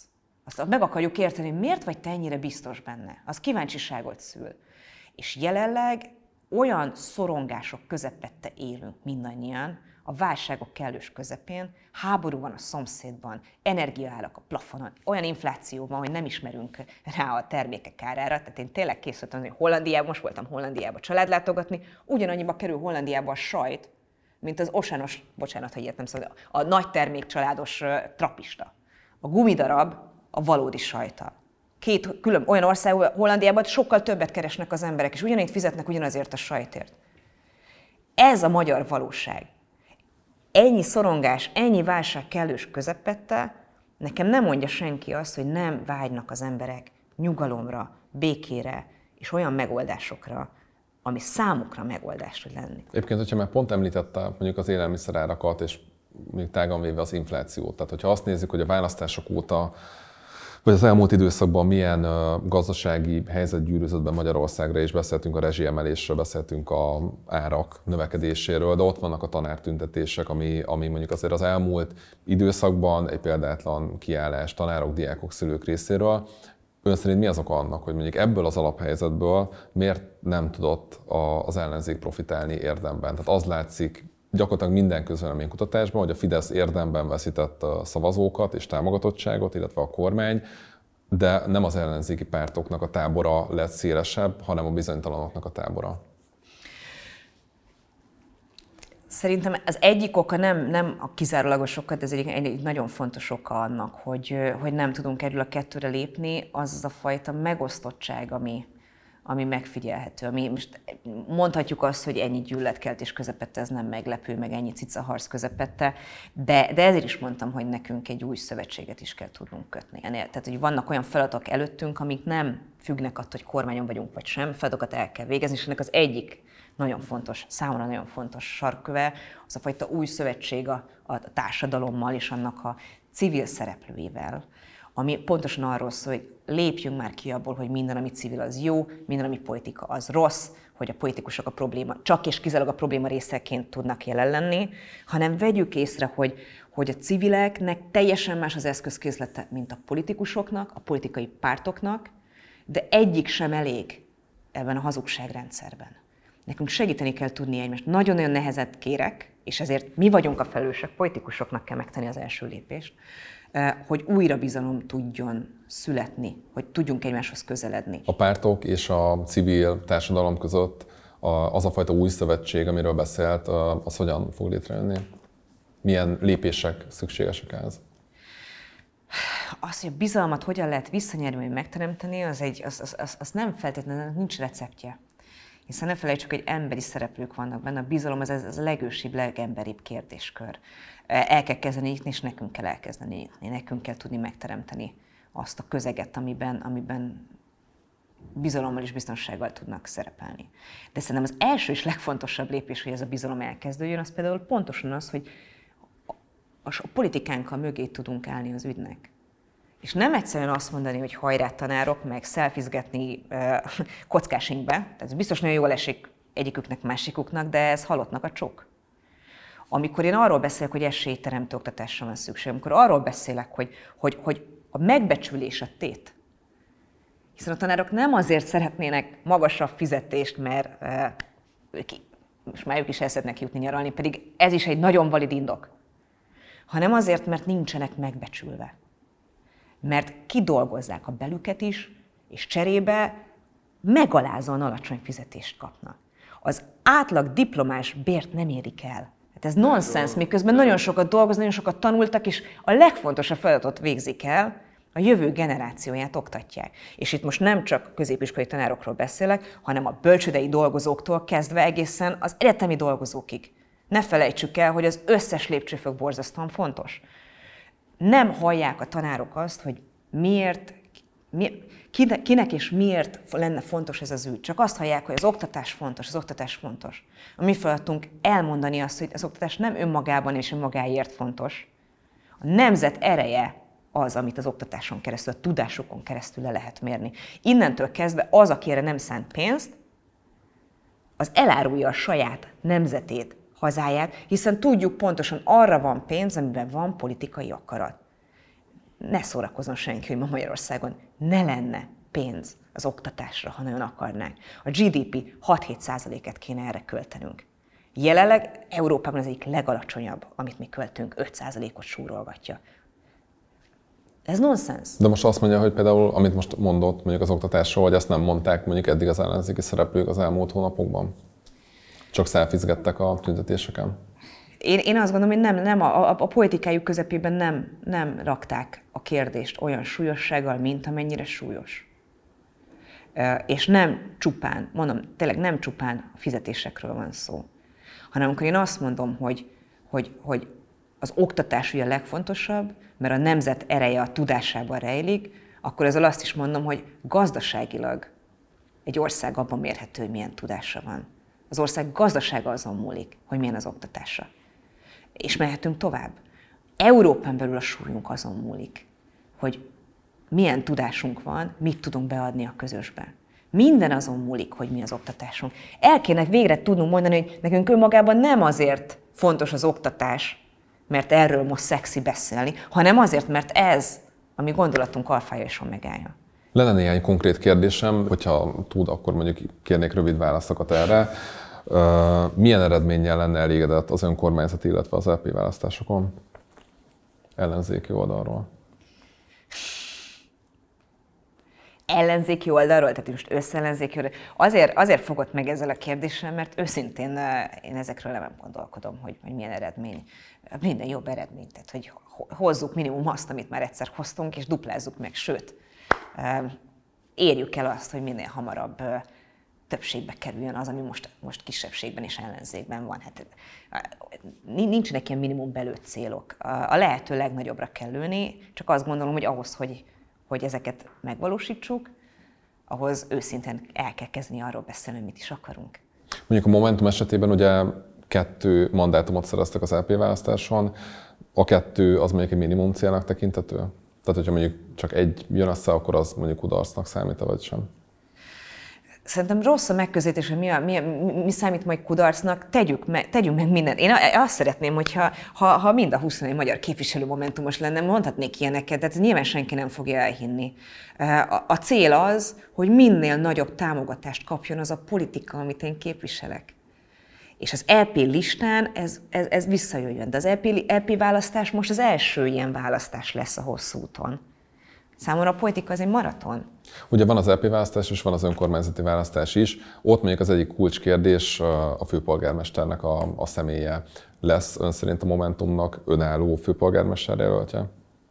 Azt meg akarjuk érteni, miért vagy te ennyire biztos benne. Az kíváncsiságot szül. És jelenleg olyan szorongások közepette élünk mindannyian, a válságok kellős közepén, háború van a szomszédban, energiaárak a plafonon, olyan infláció van, hogy nem ismerünk rá a termékek árára. Tehát én tényleg készültem, hogy Hollandiában, most voltam Hollandiába családlátogatni, ugyanannyiba kerül Hollandiába a sajt, mint az osános, bocsánat, ha ilyet nem szabad, a nagy termékcsaládos trapista. A gumidarab a valódi sajttal. Két olyan ország, Hollandiában sokkal többet keresnek az emberek, és ugyanígy fizetnek ugyanazért a sajtért. Ez a magyar valóság. Ennyi szorongás, ennyi válság kellős közepette, nekem nem mondja senki azt, hogy nem vágynak az emberek nyugalomra, békére és olyan megoldásokra, ami számukra megoldás tud lenni. Egyébként, hogyha már pont említette mondjuk az élelmiszerárakat, és mondjuk tágan véve az inflációt, tehát hogyha azt nézzük, hogy a választások óta, vagy az elmúlt időszakban milyen gazdasági helyzet gyűrűzött be Magyarországra, és beszéltünk a rezsiemelésről, beszéltünk az árak növekedéséről, de ott vannak a tanártüntetések, ami mondjuk azért az elmúlt időszakban egy példátlan kiállás tanárok, diákok, szülők részéről. Ön szerint mi az oka annak, hogy mondjuk ebből az alaphelyzetből miért nem tudott az ellenzék profitálni érdemben? Tehát az látszik gyakorlatilag minden közvéleménykutatásban, hogy a Fidesz érdemben veszített szavazókat és támogatottságot, illetve a kormány, de nem az ellenzéki pártoknak a tábora lett szélesebb, hanem a bizonytalanoknak a tábora. Szerintem az egyik oka nem a kizárólagos oka, de ez egy nagyon fontos oka annak, hogy nem tudunk erről a kettőre lépni, az a fajta megosztottság, ami megfigyelhető. Most mondhatjuk azt, hogy ennyi gyűlöletkeltés közepette, ez nem meglepő, meg ennyi cicaharc közepette, de ezért is mondtam, hogy nekünk egy új szövetséget is kell tudnunk kötni. Tehát, hogy vannak olyan feladatok előttünk, amik nem függnek attól, hogy kormányon vagyunk vagy sem, feladatokat el kell végezni, és ennek az egyik nagyon fontos, számomra nagyon fontos sarkköve, az a fajta új szövetség a társadalommal és annak a civil szereplőivel, ami pontosan arról szól, hogy lépjünk már ki abból, hogy minden, ami civil, az jó, minden, ami politika, az rossz, hogy a politikusok a probléma, csak és kizárólag a probléma részeként tudnak jelen lenni, hanem vegyük észre, hogy a civileknek teljesen más az eszközkészlete, mint a politikusoknak, a politikai pártoknak, de egyik sem elég ebben a hazugságrendszerben. Nekünk segíteni kell tudni egymást. Nagyon-nagyon nehezet kérek, és ezért mi vagyunk a felelősek, politikusoknak kell megtenni az első lépést, hogy újra bizalom tudjon születni, hogy tudjunk egymáshoz közeledni. A pártok és a civil társadalom között az a fajta új szövetség, amiről beszélt, az hogyan fog létrejönni? Milyen lépések szükségesek ehhez? Az, hogy a bizalmat hogyan lehet visszanyerni, vagy megteremteni, az nem feltétlenül, nincs receptje. Hiszen ne felejtsük, hogy emberi szereplők vannak benne, a bizalom az a legősibb, legemberibb kérdéskör. El kell kezdeni nyitni, és nekünk kell elkezdeni nyitni, nekünk kell tudni megteremteni azt a közeget, amiben bizalommal és biztonsággal tudnak szerepelni. De szerintem az első és legfontosabb lépés, hogy ez a bizalom elkezdődjön, az például pontosan az, hogy a politikánkkal mögé tudunk állni az ügynek. És nem egyszerűen azt mondani, hogy hajrá tanárok, meg szelfizgetni kockásinkbe, tehát ez biztos nagyon jól esik egyiküknek, másikuknak, de ez halottnak a csok. Amikor én arról beszélek, hogy esélyteremtő oktatásra van szükség, amikor arról beszélek, hogy a megbecsülés a tét, hiszen a tanárok nem azért szeretnének magasabb fizetést, mert most már ők is el szeretnek jutni nyaralni, pedig ez is egy nagyon valid indok, hanem azért, mert nincsenek megbecsülve. Mert kidolgozzák a belüket is, és cserébe megalázóan alacsony fizetést kapnak. Az átlag diplomás bért nem érik el. Hát ez nonsens, miközben nagyon sokat dolgoznak, nagyon sokat tanultak, és a legfontosabb feladatot végzik el, a jövő generációját oktatják. És itt most nem csak középiskolai tanárokról beszélek, hanem a bölcsődei dolgozóktól kezdve egészen az egyetemi dolgozókig. Ne felejtsük el, hogy az összes lépcsőfok borzasztóan fontos. Nem hallják a tanárok azt, hogy kinek és miért lenne fontos ez az ügy. Csak azt hallják, hogy az oktatás fontos, az oktatás fontos. A mi feladatunk elmondani azt, hogy az oktatás nem önmagában és önmagáért fontos. A nemzet ereje az, amit az oktatáson keresztül, a tudásukon keresztül le lehet mérni. Innentől kezdve az, aki erre nem szánt pénzt, az elárulja a saját nemzetét, hazáját, hiszen tudjuk pontosan, arra van pénz, amiben van politikai akarat. ne szórakozzon senki, hogy ma Magyarországon ne lenne pénz az oktatásra, ha nagyon akarnánk. A GDP 6-7%-et kéne erre költenünk. Jelenleg Európában az egyik legalacsonyabb, amit mi költünk, 5%-ot súrolgatja. Ez nonsens. De most azt mondja, hogy például, amit most mondott mondjuk az oktatásról, hogy ezt nem mondták mondjuk eddig az ellenzéki szereplők az elmúlt hónapokban? Csak szelfizgettek a tüntetéseken? Én azt gondolom, hogy nem a politikájuk közepében nem rakták a kérdést olyan súlyossággal, mint amennyire súlyos. És nem csupán, mondom, tényleg nem csupán a fizetésekről van szó, hanem amikor én azt mondom, hogy az oktatás ugye a legfontosabb, mert a nemzet ereje a tudásában rejlik, akkor ezzel azt is mondom, hogy gazdaságilag egy ország abban mérhető, hogy milyen tudása van. Az ország gazdasága azon múlik, hogy milyen az oktatása. És mehetünk tovább. Európán belül a súlyunk azon múlik, hogy milyen tudásunk van, mit tudunk beadni a közösbe. Minden azon múlik, hogy mi az oktatásunk. El kéne végre tudnunk mondani, hogy nekünk önmagában nem azért fontos az oktatás, mert erről most szexi beszélni, hanem azért, mert ez a mi gondolatunk alfája és omegája. Lenne néhány konkrét kérdésem, hogyha tud, akkor mondjuk kérnék rövid válaszokat erre. Milyen eredménnyel lenne elégedett az önkormányzat, illetve az LP választásokon ellenzéki oldalról? Ellenzéki oldalról, tehát most összellenzéki oldalról. Azért fogott meg ezzel a kérdéssel, mert őszintén én ezekről nem gondolkodom, hogy milyen eredmény. Minden jobb eredmény, tehát hogy hozzuk minimum azt, amit már egyszer hoztunk, és duplázzuk meg, sőt, érjük el azt, hogy minél hamarabb többségbe kerüljön az, ami most kisebbségben és ellenzékben van. Hát, nincsenek ilyen minimum belőtt célok. A lehető legnagyobbra kell lőni, csak azt gondolom, hogy ahhoz, hogy ezeket megvalósítsuk, ahhoz őszintén el kell kezdeni arról beszélni, hogy mit is akarunk. Mondjuk a Momentum esetében ugye 2 mandátumot szereztek az LP választáson, a 2 az mondjuk egy minimum célnak tekinthető? Tehát, hogyha mondjuk csak egy jön össze, akkor az mondjuk kudarcnak számít, vagy sem? Szerintem rossz a megközelítés, hogy mi számít majd kudarcnak, tegyünk meg mindent. Én azt szeretném, hogyha ha mind a 21 magyar képviselő momentumos lenne, mondhatnék ilyeneket, de nyilván senki nem fogja elhinni. A cél az, hogy minél nagyobb támogatást kapjon az a politika, amit én képviselek. És az LP listán ez visszajöjjön. De az LP választás most az első ilyen választás lesz a hosszú úton. Számomra a politika az egy maraton. Ugye van az LP választás, és van az önkormányzati választás is. Ott mondjuk az egyik kulcskérdés a főpolgármesternek a személye. Lesz ön szerint a Momentumnak önálló főpolgármester jelöltje?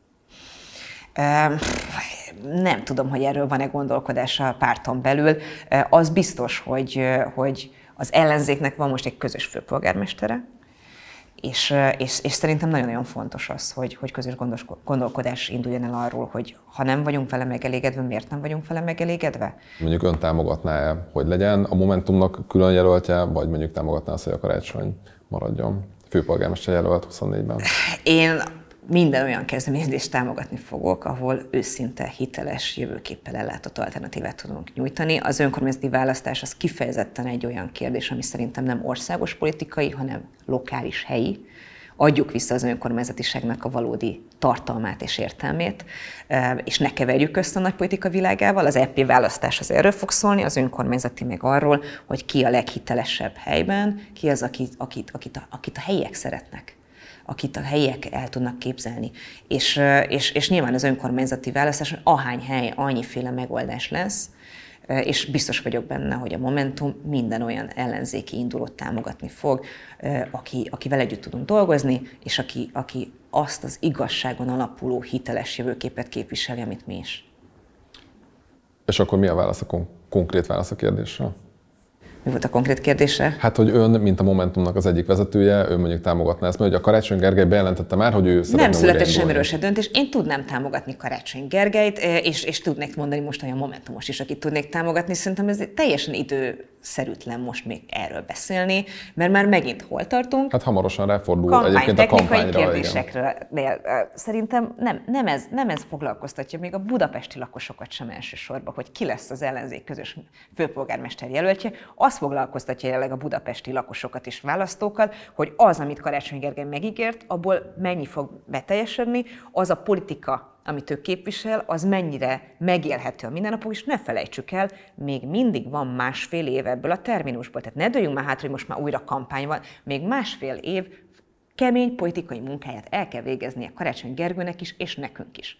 Nem tudom, hogy erről van-e gondolkodás a párton belül. Az biztos, hogy az ellenzéknek van most egy közös főpolgármestere, és szerintem nagyon-nagyon fontos az, hogy közös gondolkodás induljon el arról, hogy ha nem vagyunk vele megelégedve, miért nem vagyunk vele megelégedve? Mondjuk ön támogatná-e, hogy legyen a Momentumnak külön jelöltje, vagy mondjuk támogatná azt, hogy a Karácsony maradjon főpolgármester jelölt 24-ben? Én minden olyan kezdeményezést támogatni fogok, ahol őszinte, hiteles, jövőképpel ellátott alternatívát tudunk nyújtani. Az önkormányzati választás az kifejezetten egy olyan kérdés, ami szerintem nem országos politikai, hanem lokális, helyi. Adjuk vissza az önkormányzatiságnak a valódi tartalmát és értelmét, és ne keverjük össze a nagypolitika világával. Az EP választás az erről fog szólni, az önkormányzati meg arról, hogy ki a leghitelesebb helyben, ki az, akit a helyiek szeretnek, akit a helyiek el tudnak képzelni. És nyilván az önkormányzati választáson ahány hely, annyiféle megoldás lesz, és biztos vagyok benne, hogy a Momentum minden olyan ellenzéki indulót támogatni fog, akivel együtt tudunk dolgozni, és aki azt az igazságon alapuló hiteles jövőképet képviseli, amit mi is. És akkor mi a válasz a konkrét válasz a kérdésre? Mi volt a konkrét kérdése? Hát, hogy ön, mint a Momentumnak az egyik vezetője, ő mondjuk támogatná ezt, mert ugye a Karácsony Gergely bejelentette már, hogy ő szeretne nem született semmiről se döntés. Én tudnám támogatni Karácsony Gergelyt, és tudnék mondani most olyan Momentumos is, akit tudnék támogatni. Szerintem ez teljesen időszerűtlen most még erről beszélni, mert már megint hol tartunk. Hát hamarosan ráfordul egyébként a kampányra. Kérdésekről. Szerintem nem ez foglalkoztatja még a budapesti lakosokat sem elsősorban, hogy ki lesz az ellenzék közös főpolgármester jelöltje. Az foglalkoztatja jelenleg a budapesti lakosokat és választókat, hogy az, amit Karácsony Gergely megígért, abból mennyi fog beteljesedni, az a politika amit ő képvisel, az mennyire megélhető a mindennapok, és ne felejtsük el, még mindig van másfél év ebből a terminusból. Tehát ne dőljünk már hátra, hogy most már újra kampány van, még másfél év kemény politikai munkáját el kell végeznie Karácsony Gergőnek is, és nekünk is.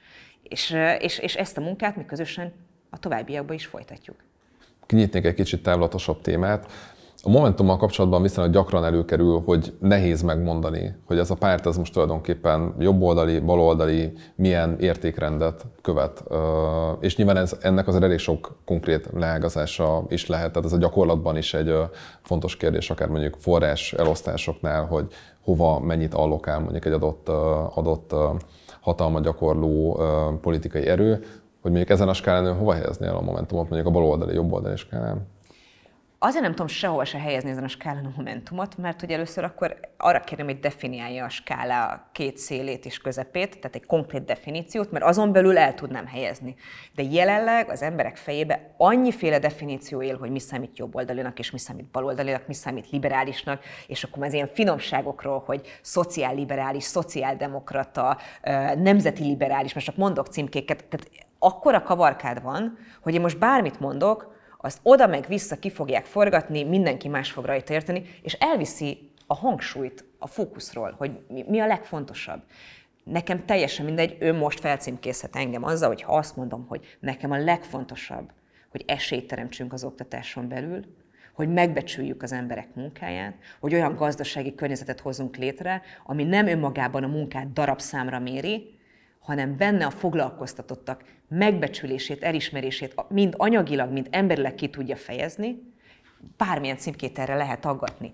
És ezt a munkát mi közösen a továbbiakban is folytatjuk. Kinyitnék egy kicsit távlatosabb témát. A Momentummal kapcsolatban viszonylag gyakran előkerül, hogy nehéz megmondani, hogy ez a párt ez most tulajdonképpen jobboldali, baloldali, milyen értékrendet követ. És nyilván ennek azért elég sok konkrét leágazása is lehet, tehát ez a gyakorlatban is egy fontos kérdés, akár mondjuk forrás elosztásoknál, hogy hova mennyit allokál mondjuk egy adott hatalmat gyakorló politikai erő, hogy mondjuk ezen a skálán hova helyezni el a Momentumot, mondjuk a baloldali, jobboldali skálán? Azért nem tudom sehova se helyezni ezen a skálán a Momentumot, mert hogy először akkor arra kérem, hogy definiálja a skála két szélét és közepét, tehát egy konkrét definíciót, mert azon belül el tudnám helyezni. De jelenleg az emberek fejébe annyiféle definíció él, hogy mi számít jobboldalinak, és mi számít baloldalinak, mi számít liberálisnak, és akkor az ilyen finomságokról, hogy szociálliberális, szociáldemokrata, nemzeti liberális, most csak mondok címkéket, tehát akkora kavarkád van, hogy én most bármit mondok, azt oda meg vissza ki fogják forgatni, mindenki más fog rajta érteni, és elviszi a hangsúlyt a fókuszról, hogy mi a legfontosabb. Nekem teljesen mindegy, ő most felcímkészhet engem azzal, hogy ha azt mondom, hogy nekem a legfontosabb, hogy esélyt teremtsünk az oktatáson belül, hogy megbecsüljük az emberek munkáját, hogy olyan gazdasági környezetet hozzunk létre, ami nem önmagában a munkát darabszámra méri, hanem benne a foglalkoztatottak megbecsülését, elismerését mind anyagilag, mind emberileg ki tudja fejezni, bármilyen címkét erre lehet aggatni.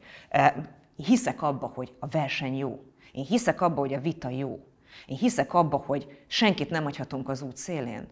Hiszek abba, hogy a verseny jó. Én hiszek abba, hogy a vita jó. Én hiszek abba, hogy senkit nem hagyhatunk az út szélén.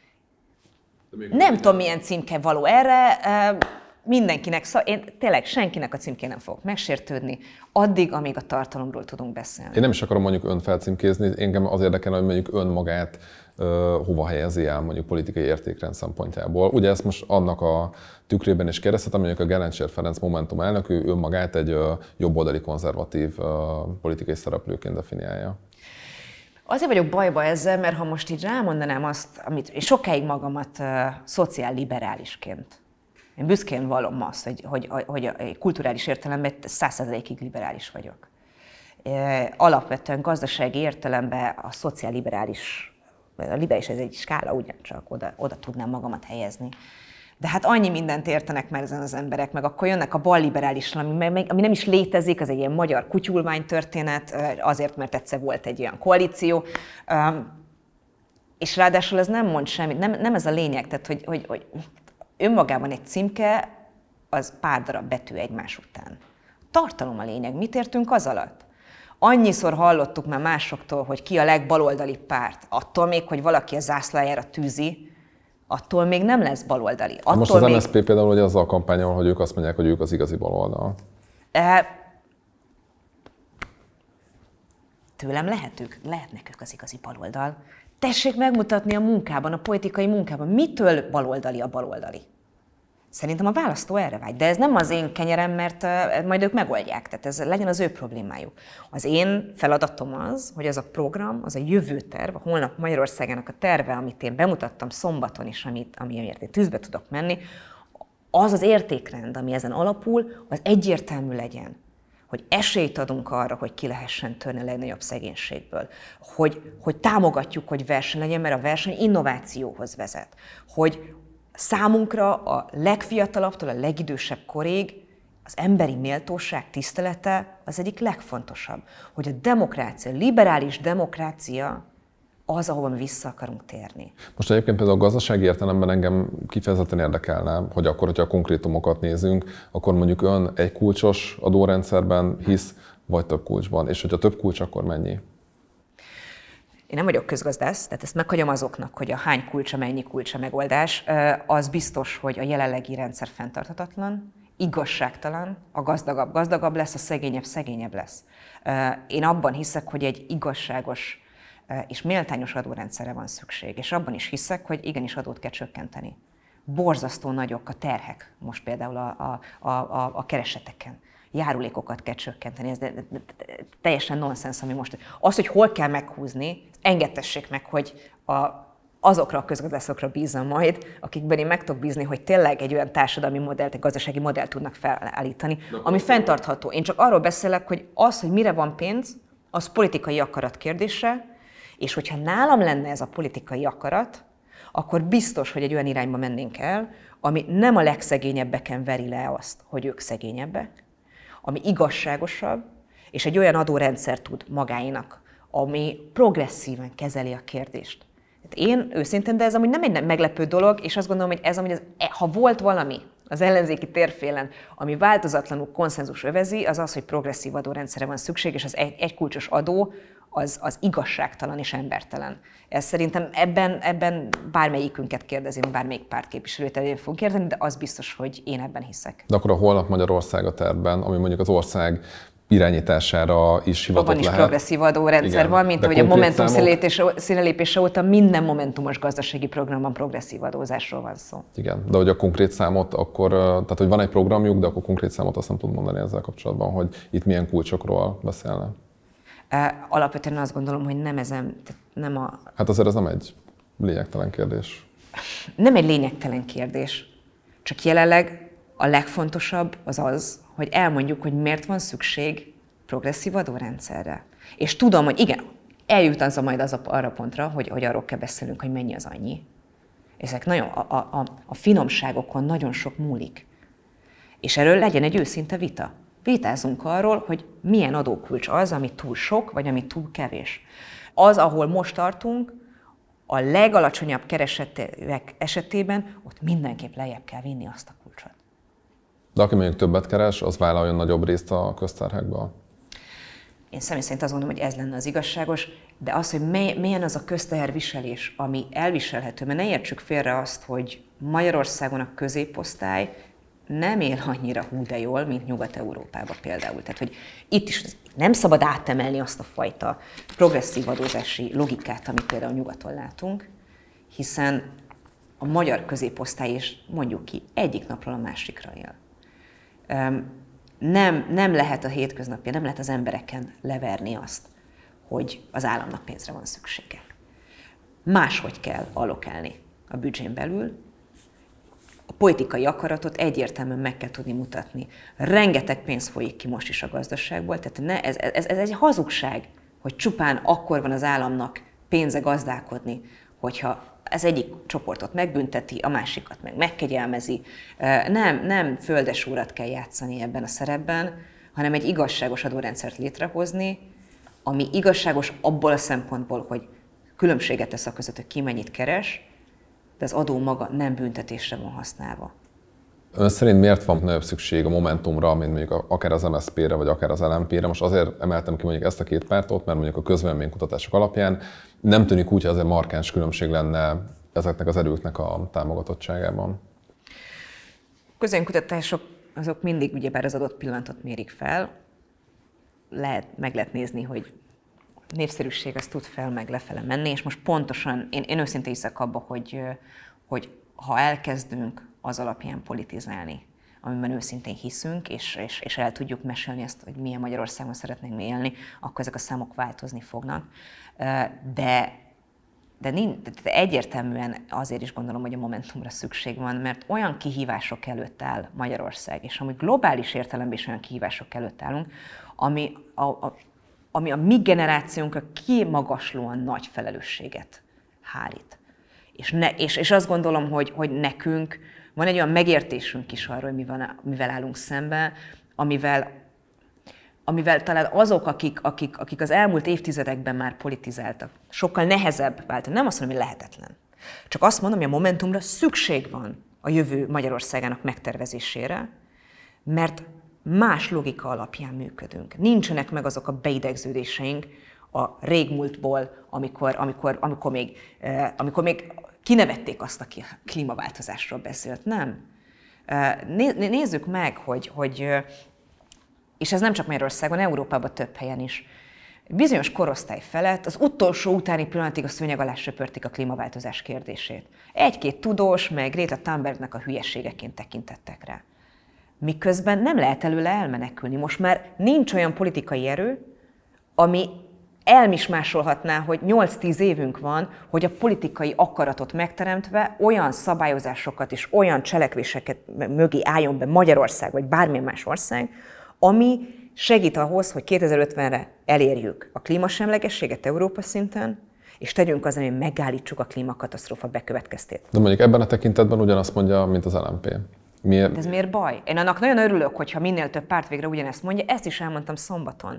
Nem tudom, milyen címke való erre, mindenkinek, én tényleg senkinek a címkén nem fogok megsértődni, addig, amíg a tartalomról tudunk beszélni. Én nem is akarom mondjuk ön felcímkézni, engem az érdekel, hogy mondjuk ön magát hova helyezi el mondjuk politikai értékrend szempontjából. Ugye ezt most annak a tükrében is kérdezhetem, mondjuk a Gelencsér Ferenc Momentum elnök, ő önmagát egy jobboldali konzervatív politikai szereplőként definiálja. Azért vagyok bajba ezzel, mert ha most így rámondanám azt, amit én sokáig magamat szociálliberálisként. Én büszkén vallom azt, hogy kulturális értelemben 100%-ig liberális vagyok. Alapvetően gazdasági értelemben a szociálliberális, a liberális ez egy skála, ugyancsak oda tudnám magamat helyezni. De hát annyi mindent értenek már ezen az emberek, meg akkor jönnek a balliberálisra, ami nem is létezik, az egy ilyen magyar kutyulmány történet, azért, mert egyszer volt egy olyan koalíció. És ráadásul ez nem mond semmit, nem ez a lényeg, tehát hogy önmagában egy címke, az pár darab betű egymás után. Tartalom a lényeg. Mit értünk az alatt? Annyiszor hallottuk már másoktól, hogy ki a legbaloldali párt. Attól még, hogy valaki a zászlájára tűzi, attól még nem lesz baloldali. Attól most az MSZP például hogy azzal kampányol, hogy ők azt mondják, hogy ők az igazi baloldal. Tőlem lehetnek ők az igazi baloldal. Tessék megmutatni a munkában, a politikai munkában, mitől baloldali a baloldali. Szerintem a választó erre vágy, de ez nem az én kenyerem, mert majd ők megoldják, tehát ez legyen az ő problémájuk. Az én feladatom az, hogy ez a program, az a jövőterv, a holnap Magyarországának a terve, amit én bemutattam szombaton is, amiért én tűzbe tudok menni, az az értékrend, ami ezen alapul, az egyértelmű legyen. Hogy esélyt adunk arra, hogy ki lehessen törni a legnagyobb szegénységből. Hogy támogatjuk, hogy verseny legyen, mert a verseny innovációhoz vezet. Hogy számunkra a legfiatalabbtól a legidősebb korig az emberi méltóság tisztelete az egyik legfontosabb. Hogy a demokrácia, a liberális demokrácia az, ahova mi vissza akarunk térni. Most egyébként például a gazdasági értelemben engem kifejezetten érdekelne, hogy akkor, hogyha a konkrétumokat nézünk, akkor mondjuk ön egy kulcsos adórendszerben hisz, vagy több kulcsban, és hogyha több kulcs, akkor mennyi? Én nem vagyok közgazdász, tehát ezt meghagyom azoknak, hogy a hány kulcsa, mennyi kulcsa megoldás. Az biztos, hogy a jelenlegi rendszer fenntarthatatlan, igazságtalan, a gazdagabb gazdagabb lesz, a szegényebb szegényebb lesz. Én abban hiszek, hogy egy igazságos és méltányos adórendszerre van szükség. És abban is hiszek, hogy igenis adót kell csökkenteni. Borzasztó nagyok a terhek most például a kereseteken. járulékokat kell csökkenteni. Ez teljesen nonsens, ami most. Az, hogy hol kell meghúzni, engedtessék meg, hogy azokra a közgazdászokra bízom majd, akikben én meg tudok bízni, hogy tényleg egy olyan társadalmi modellt, egy gazdasági modellt tudnak felállítani, ami fenntartható. Én csak arról beszélek, hogy az, hogy mire van pénz, az politikai akarat kérdése, és hogyha nálam lenne ez a politikai akarat, akkor biztos, hogy egy olyan irányba mennénk el, ami nem a legszegényebbeken veri le azt, hogy ők szegényebbek, ami igazságosabb, és egy olyan adórendszer tud magáinak, ami progresszíven kezeli a kérdést. Én őszintén, de ez amúgy nem egy meglepő dolog, és azt gondolom, hogy ez amúgy, ha volt valami az ellenzéki térfélen, ami változatlanul konszenzus övezi, az az, hogy progresszív adórendszerre van szükség, és az egy kulcsos adó az igazságtalan és embertelen. Ez szerintem ebben bármelyikünket kérdezem, bármelyik pártképviselőt elég fogunk kérdeni, de az biztos, hogy én ebben hiszek. De akkor a Holnap Magyarország a tervben, ami mondjuk az ország irányítására is hivatott lehet. Abban is progresszív adórendszer van, mint hogy a Momentum színrelépése óta minden momentumos gazdasági programban progresszív adózásról van szó. Igen, de hogy a konkrét számot akkor, tehát hogy van egy programjuk, de akkor konkrét számot azt nem tud mondani ezzel kapcsolatban, hogy itt milyen kulcsokról beszélne. Alapvetően azt gondolom, hogy nem a... Hát azért ez nem egy lényegtelen kérdés. Nem egy lényegtelen kérdés, csak jelenleg a legfontosabb az, hogy elmondjuk, hogy miért van szükség progresszív adórendszerre. És tudom, hogy igen, eljut az majd arra pontra, hogy arról kell beszélnünk, hogy mennyi az annyi. Ezek nagyon, a finomságokon nagyon sok múlik. És erről legyen egy őszinte vita. Vitázunk arról, hogy milyen adókulcs az, ami túl sok, vagy ami túl kevés. Az, ahol most tartunk, a legalacsonyabb keresetek esetében ott mindenképp lejjebb kell vinni azt a kulcsot. De aki mondjuk többet keres, az vállaljon nagyobb részt a közterhekből? Én személy szerint azt gondolom, hogy ez lenne az igazságos, de az, hogy milyen az a közteherviselés, ami elviselhető, mert ne értsük félre azt, hogy Magyarországon a középosztály nem él annyira hú de jól, mint Nyugat-Európában például. Tehát, hogy itt is nem szabad átemelni azt a fajta progresszív adózási logikát, amit például nyugaton látunk, hiszen a magyar középosztály is, mondjuk ki, egyik napról a másikra él. Nem lehet a hétköznapja, nem lehet az embereken leverni azt, hogy az államnak pénzre van szüksége. Máshogy kell allokálni a büdzsén belül, a politikai akaratot egyértelműen meg kell tudni mutatni. Rengeteg pénz folyik ki most is a gazdaságból, tehát ez egy hazugság, hogy csupán akkor van az államnak pénze gazdálkodni, hogyha ez egyik csoportot megbünteti, a másikat meg megkegyelmezi. Nem földesúrat kell játszani ebben a szerepben, hanem egy igazságos adórendszert létrehozni, ami igazságos abból a szempontból, hogy különbséget tesz a között, hogy ki mennyit keres, de az adó maga nem büntetésre van használva. Ön szerint miért van nagyobb szükség a Momentumra, mint mondjuk akár az MSZP-re, vagy akár az LMP-re? Most azért emeltem ki mondjuk ezt a két pártot, mert mondjuk a közvéleménykutatások alapján nem tűnik úgy, hogy azért markáns különbség lenne ezeknek az erőknek a támogatottságában. Közvéleménykutatások azok mindig ugyebár az adott pillanatot mérik fel. Meg lehet nézni, hogy népszerűség az tud fel, meg lefele menni, és most pontosan, én őszintén hiszek abba, hogy ha elkezdünk az alapján politizálni, amiben őszintén hiszünk, és el tudjuk mesélni ezt, hogy milyen Magyarországon szeretnénk élni, akkor ezek a számok változni fognak. De egyértelműen azért is gondolom, hogy a Momentumra szükség van, mert olyan kihívások előtt áll Magyarország, és ami globális értelemben is olyan kihívások előtt állunk, ami a mi generációnkra kimagaslóan nagy felelősséget hárít. És azt gondolom, hogy nekünk van egy olyan megértésünk is arról, hogy mivel állunk szembe, amivel talán azok, akik az elmúlt évtizedekben már politizáltak, sokkal nehezebb vált. Nem azt mondom, hogy lehetetlen. Csak azt mondom, hogy a Momentumra szükség van a jövő Magyarországának megtervezésére, mert más logika alapján működünk. Nincsenek meg azok a beidegződéseink a régmúltból, amikor még kinevették azt, aki a klímaváltozásról beszélt. Nem. Nézzük meg, hogy és ez nem csak Magyarországon, Európában több helyen is. Bizonyos korosztály felett az utolsó utáni pillanatig a szőnyeg alá söpörték a klímaváltozás kérdését. Egy-két tudós, meg Greta Thunbergnek a hülyeségeként tekintettek rá. miközben nem lehet előle elmenekülni. Most már nincs olyan politikai erő, ami elmismásolhatná, hogy 8-10 évünk van, hogy a politikai akaratot megteremtve olyan szabályozásokat és olyan cselekvéseket mögé álljon be Magyarország, vagy bármilyen más ország, ami segít ahhoz, hogy 2050-re elérjük a klímasemlegességet Európa szinten, és tegyünk azon, hogy megállítsuk a klímakatasztrófa bekövetkeztét. De mondjuk ebben a tekintetben ugyanazt mondja, mint az LMP. Miért? De ez miért baj? Én annak nagyon örülök, hogyha minél több párt végre ugyanezt mondja, ezt is elmondtam szombaton.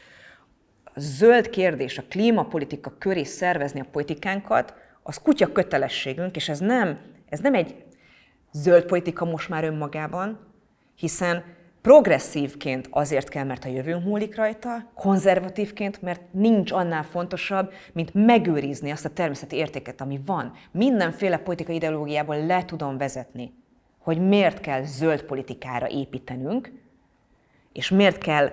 A zöld kérdés, a klímapolitika köré szervezni a politikánkat, az kutya kötelességünk, és ez nem egy zöld politika most már önmagában, hiszen progresszívként azért kell, mert a jövőnk múlik rajta, konzervatívként, mert nincs annál fontosabb, mint megőrizni azt a természeti értéket, ami van. Mindenféle politikai ideológiából le tudom vezetni, hogy miért kell zöld politikára építenünk, és miért kell,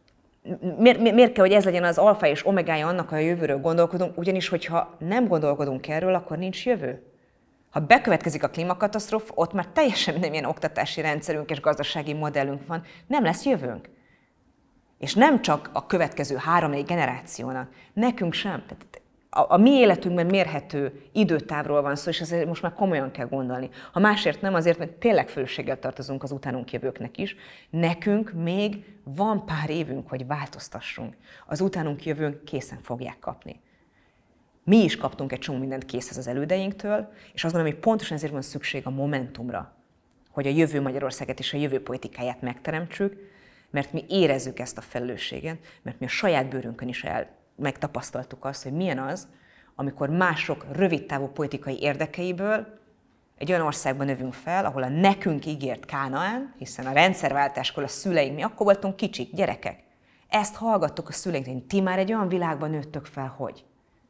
hogy ez legyen az alfa és omegája annak, hogy a jövőről gondolkodunk, ugyanis, hogyha nem gondolkodunk erről, akkor nincs jövő. Ha bekövetkezik a klímakatasztrófa, ott már teljesen mindenmilyen oktatási rendszerünk és gazdasági modellünk van, nem lesz jövőnk. És nem csak a következő 3-4 generációnak, nekünk sem. Tehát a mi életünkben mérhető időtávról van szó, és ezért most már komolyan kell gondolni. Ha másért nem, azért, mert tényleg felelősséggel tartozunk az utánunk jövőknek is. Nekünk még van pár évünk, hogy változtassunk. Az utánunk jövőnk készen fogják kapni. Mi is kaptunk egy csomó mindent készhez az elődeinktől, és azt gondolom, hogy pontosan ezért van szükség a momentumra, hogy a jövő Magyarországet és a jövő politikáját megteremtsük, mert mi érezzük ezt a felelősséget, mert mi a saját bőrünkön is megtapasztaltuk azt, hogy milyen az, amikor mások rövidtávú politikai érdekeiből egy olyan országban növünk fel, ahol a nekünk ígért Kánaán, hiszen a rendszerváltáskor a szüleink, mi akkor voltunk kicsik, gyerekek. Ezt hallgattuk a szüleinktől, hogy ti már egy olyan világban nőttök fel, hogy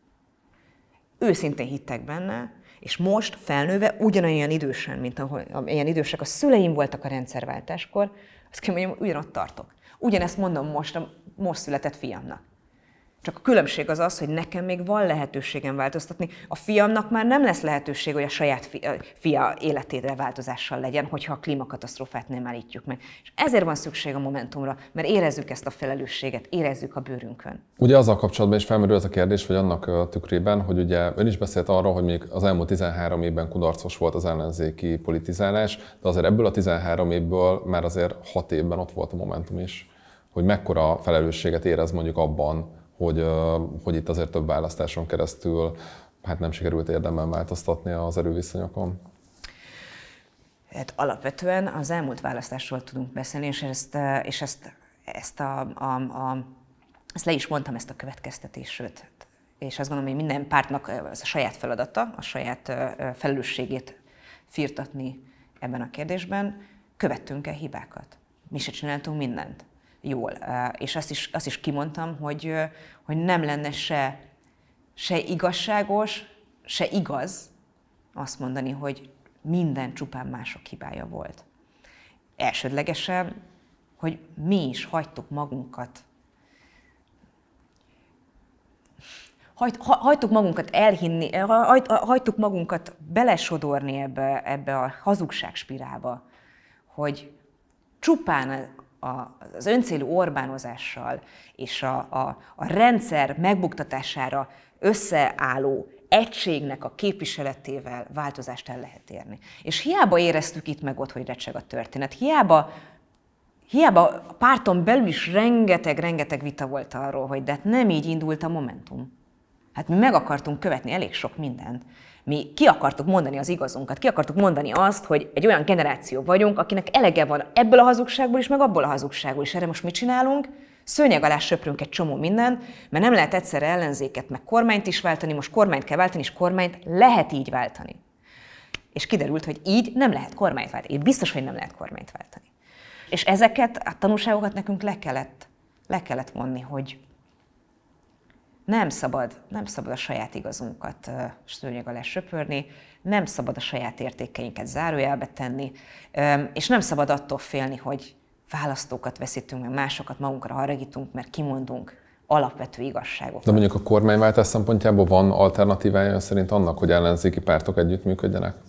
őszintén hittek benne, és most felnőve ugyanolyan idősen, mint ilyen idősek a szüleim voltak a rendszerváltáskor, azt kell mondjam, ugyanott tartok. Ugyanezt mondom most a most született fiamnak. Csak a különbség az az, hogy nekem még van lehetőségem változtatni. A fiamnak már nem lesz lehetőség, hogy a saját fia életére változással legyen, hogyha a klímakatasztrófát nem állítjuk meg. És ezért van szükség a momentumra, mert érezzük ezt a felelősséget, érezzük a bőrünkön. Ugye azzal kapcsolatban is felmerül ez a kérdés, vagy annak tükrében, hogy ugye ön is beszélt arról, hogy még az elmúlt 13 évben kudarcos volt az ellenzéki politizálás, de azért ebből a 13 évből már azért 6 évben ott volt a Momentum is. Hogy mekkora felelősséget érez mondjuk abban, hogy itt azért több választáson keresztül hát nem sikerült érdemben változtatni az erőviszonyokon? Hát alapvetően az elmúlt választásról tudunk beszélni, és ezt le is mondtam, ezt a következtetést, sőt. És azt gondolom, hogy minden pártnak ez a saját feladata, a saját felelősségét firtatni ebben a kérdésben. Követtünk el hibákat. Mi se csináltunk mindent jól. És azt is kimondtam, hogy nem lenne se igazságos, se igaz azt mondani, hogy minden csupán mások hibája volt. Elsődlegesen, hogy mi is hagytuk magunkat elhinni, hagytuk magunkat belesodorni ebbe a hazugságspirálba, hogy csupán az öncélú Orbánozással és a rendszer megbuktatására összeálló egységnek a képviseletével változást el lehet érni. És hiába éreztük itt meg ott, hogy recseg a történet, hiába a párton belül is rengeteg vita volt arról, hogy de hát nem így indult a Momentum. Hát mi meg akartunk követni elég sok mindent. Mi ki akartuk mondani az igazunkat, ki akartuk mondani azt, hogy egy olyan generáció vagyunk, akinek elege van ebből a hazugságból is, meg abból a hazugságból is. Erre most mit csinálunk? Szőnyeg alá söprünk egy csomó mindent, mert nem lehet egyszerre ellenzéket meg kormányt is váltani, most kormányt kell váltani, és kormányt lehet így váltani. És kiderült, hogy így nem lehet kormányt váltani. Így biztos, hogy nem lehet kormányt váltani. És ezeket a tanulságokat nekünk le kellett vonni, hogy nem szabad a saját igazunkat szőnyeg alá söpörni, nem szabad a saját értékeinket zárójelbe tenni, és nem szabad attól félni, hogy választókat veszítünk, meg másokat magunkra haragítunk, mert kimondunk alapvető igazságokat. De mondjuk a kormányváltás szempontjából van alternatívája szerint annak, hogy ellenzéki pártok együttműködjenek?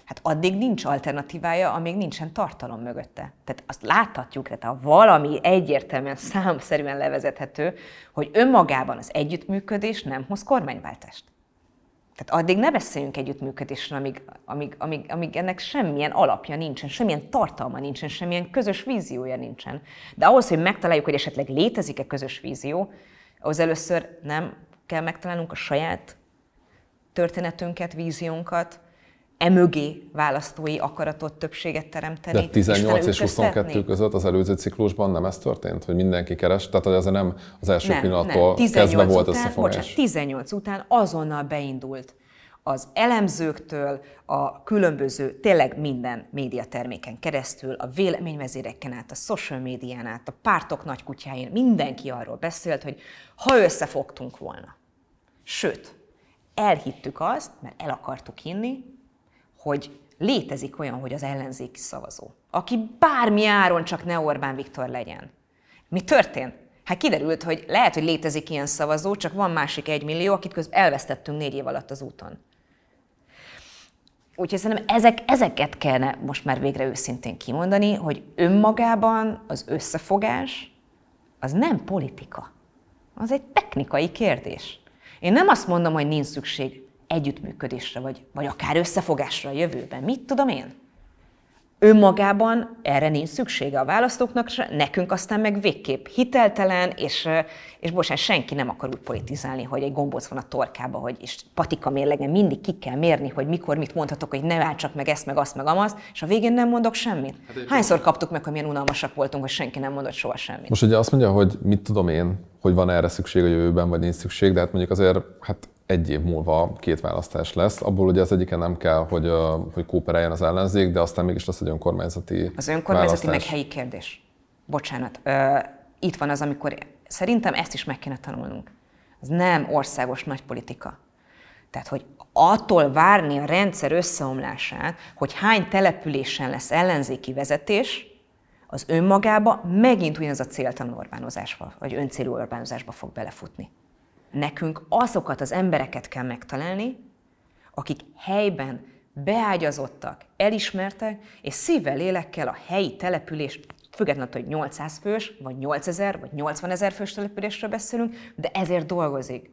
Hát addig nincs alternatívája, amíg nincsen tartalom mögötte. Tehát azt láthatjuk, tehát ha valami egyértelműen, számszerűen levezethető, hogy önmagában az együttműködés nem hoz kormányváltást. Tehát addig ne beszéljünk együttműködésről, amíg ennek semmilyen alapja nincsen, semmilyen tartalma nincsen, semmilyen közös víziója nincsen. De ahhoz, hogy megtaláljuk, hogy esetleg létezik-e közös vízió, ahhoz először nem kell megtalálnunk a saját történetünket, víziónkat, emögé választói akaratot, többséget teremteni. De 18 és 22 között az előző ciklusban nem ez történt? Hogy mindenki keres? Tehát, hogy ez nem az első pillanattól kezdve volt összefogás? Bocsánat, 18 után azonnal beindult az elemzőktől, a különböző, tényleg minden médiaterméken keresztül, a véleményvezéreken át, a social médián át, a pártok nagykutyáin, mindenki arról beszélt, hogy ha összefogtunk volna. Sőt, elhittük azt, mert el akartuk hinni, hogy létezik olyan, hogy az ellenzéki szavazó, aki bármi áron csak ne Orbán Viktor legyen. Mi történt? Hát kiderült, hogy lehet, hogy létezik ilyen szavazó, csak van másik 1 millió, akit közben elvesztettünk 4 év alatt az úton. Úgyhogy szerintem ezeket kellene most már végre őszintén kimondani, hogy önmagában az összefogás az nem politika. Az egy technikai kérdés. Én nem azt mondom, hogy nincs szükség együttműködésre, vagy akár összefogásra a jövőben. Mit tudom én? Önmagában erre nincs szüksége a választóknak, nekünk aztán meg végképp hiteltelen, és bocsánat, senki nem akar úgy politizálni, hogy egy gombóc van a torkába, hogy és patika mérlegen mindig ki kell mérni, hogy mikor mit mondhatok, hogy ne váltsak meg ezt, meg azt, meg amazt, és a végén nem mondok semmit. Hányszor kaptuk meg, hogy milyen unalmasak voltunk, hogy senki nem mondott soha semmit. Most ugye azt mondja, hogy mit tudom én, hogy van erre szükség a jövőben, vagy nincs szükség, de hát mondjuk azért, hát 1 év múlva 2 választás lesz. Abból ugye az egyiken nem kell, hogy kooperáljon az ellenzék, de aztán mégis lesz egy önkormányzati Az önkormányzati meg helyi kérdés. Bocsánat. Itt van az, amikor szerintem ezt is meg kéne tanulnunk. Ez nem országos nagypolitika. Tehát, hogy attól várni a rendszer összeomlását, hogy hány településen lesz ellenzéki vezetés, az önmagába megint ugyanaz a céltalan Orbánozásba, vagy öncélú Orbánozásba fog belefutni. Nekünk azokat az embereket kell megtalálni, akik helyben beágyazottak, elismertek, és szívvel, lélekkel a helyi település, függetlenül, hogy 800 fős, vagy 8000, vagy 80 000 fős településről beszélünk, de ezért dolgozik.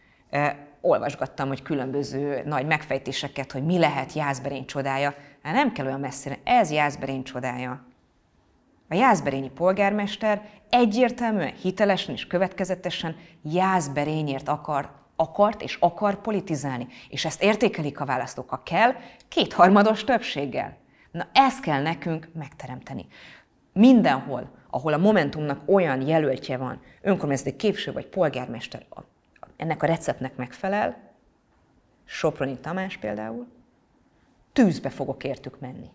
Olvasgattam, hogy különböző nagy megfejtéseket, hogy mi lehet Jászberény csodája. Hát nem kell olyan messzire, ez Jászberény csodája. A jászberényi polgármester egyértelműen, hitelesen és következetesen Jászberényért akart és akar politizálni. És ezt értékelik a választók, ha kell, 2/3 többséggel. Na ezt kell nekünk megteremteni. Mindenhol, ahol a Momentumnak olyan jelöltje van, önkormányzati képviselő vagy polgármester, ennek a receptnek megfelel, Soproni Tamás például, tűzbe fogok értük menni.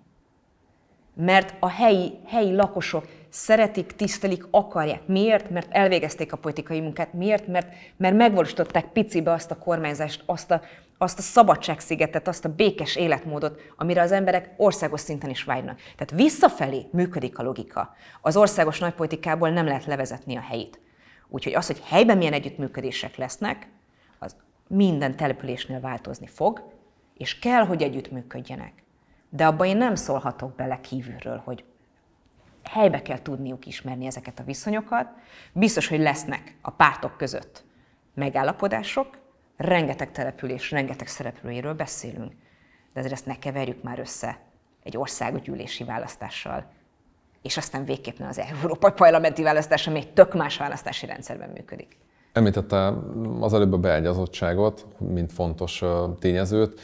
Mert a helyi lakosok szeretik, tisztelik, akarják. Miért? Mert elvégezték a politikai munkát. Miért? Mert megvalósították picibe azt a kormányzást, azt a szabadságszigetet, azt a békés életmódot, amire az emberek országos szinten is vágynak. Tehát visszafelé működik a logika. Az országos nagypolitikából nem lehet levezetni a helyit. Úgyhogy az, hogy helyben milyen együttműködések lesznek, az minden településnél változni fog, és kell, hogy együttműködjenek. De abban én nem szólhatok bele kívülről, hogy helybe kell tudniuk ismerni ezeket a viszonyokat. Biztos, hogy lesznek a pártok között megállapodások, rengeteg település, rengeteg szereplőjéről beszélünk. De azért ezt ne keverjük már össze egy országgyűlési választással, és aztán végképp nem az európai parlamenti választás, ami egy tök más választási rendszerben működik. Említette az előbb a beágyazottságot, mint fontos tényezőt.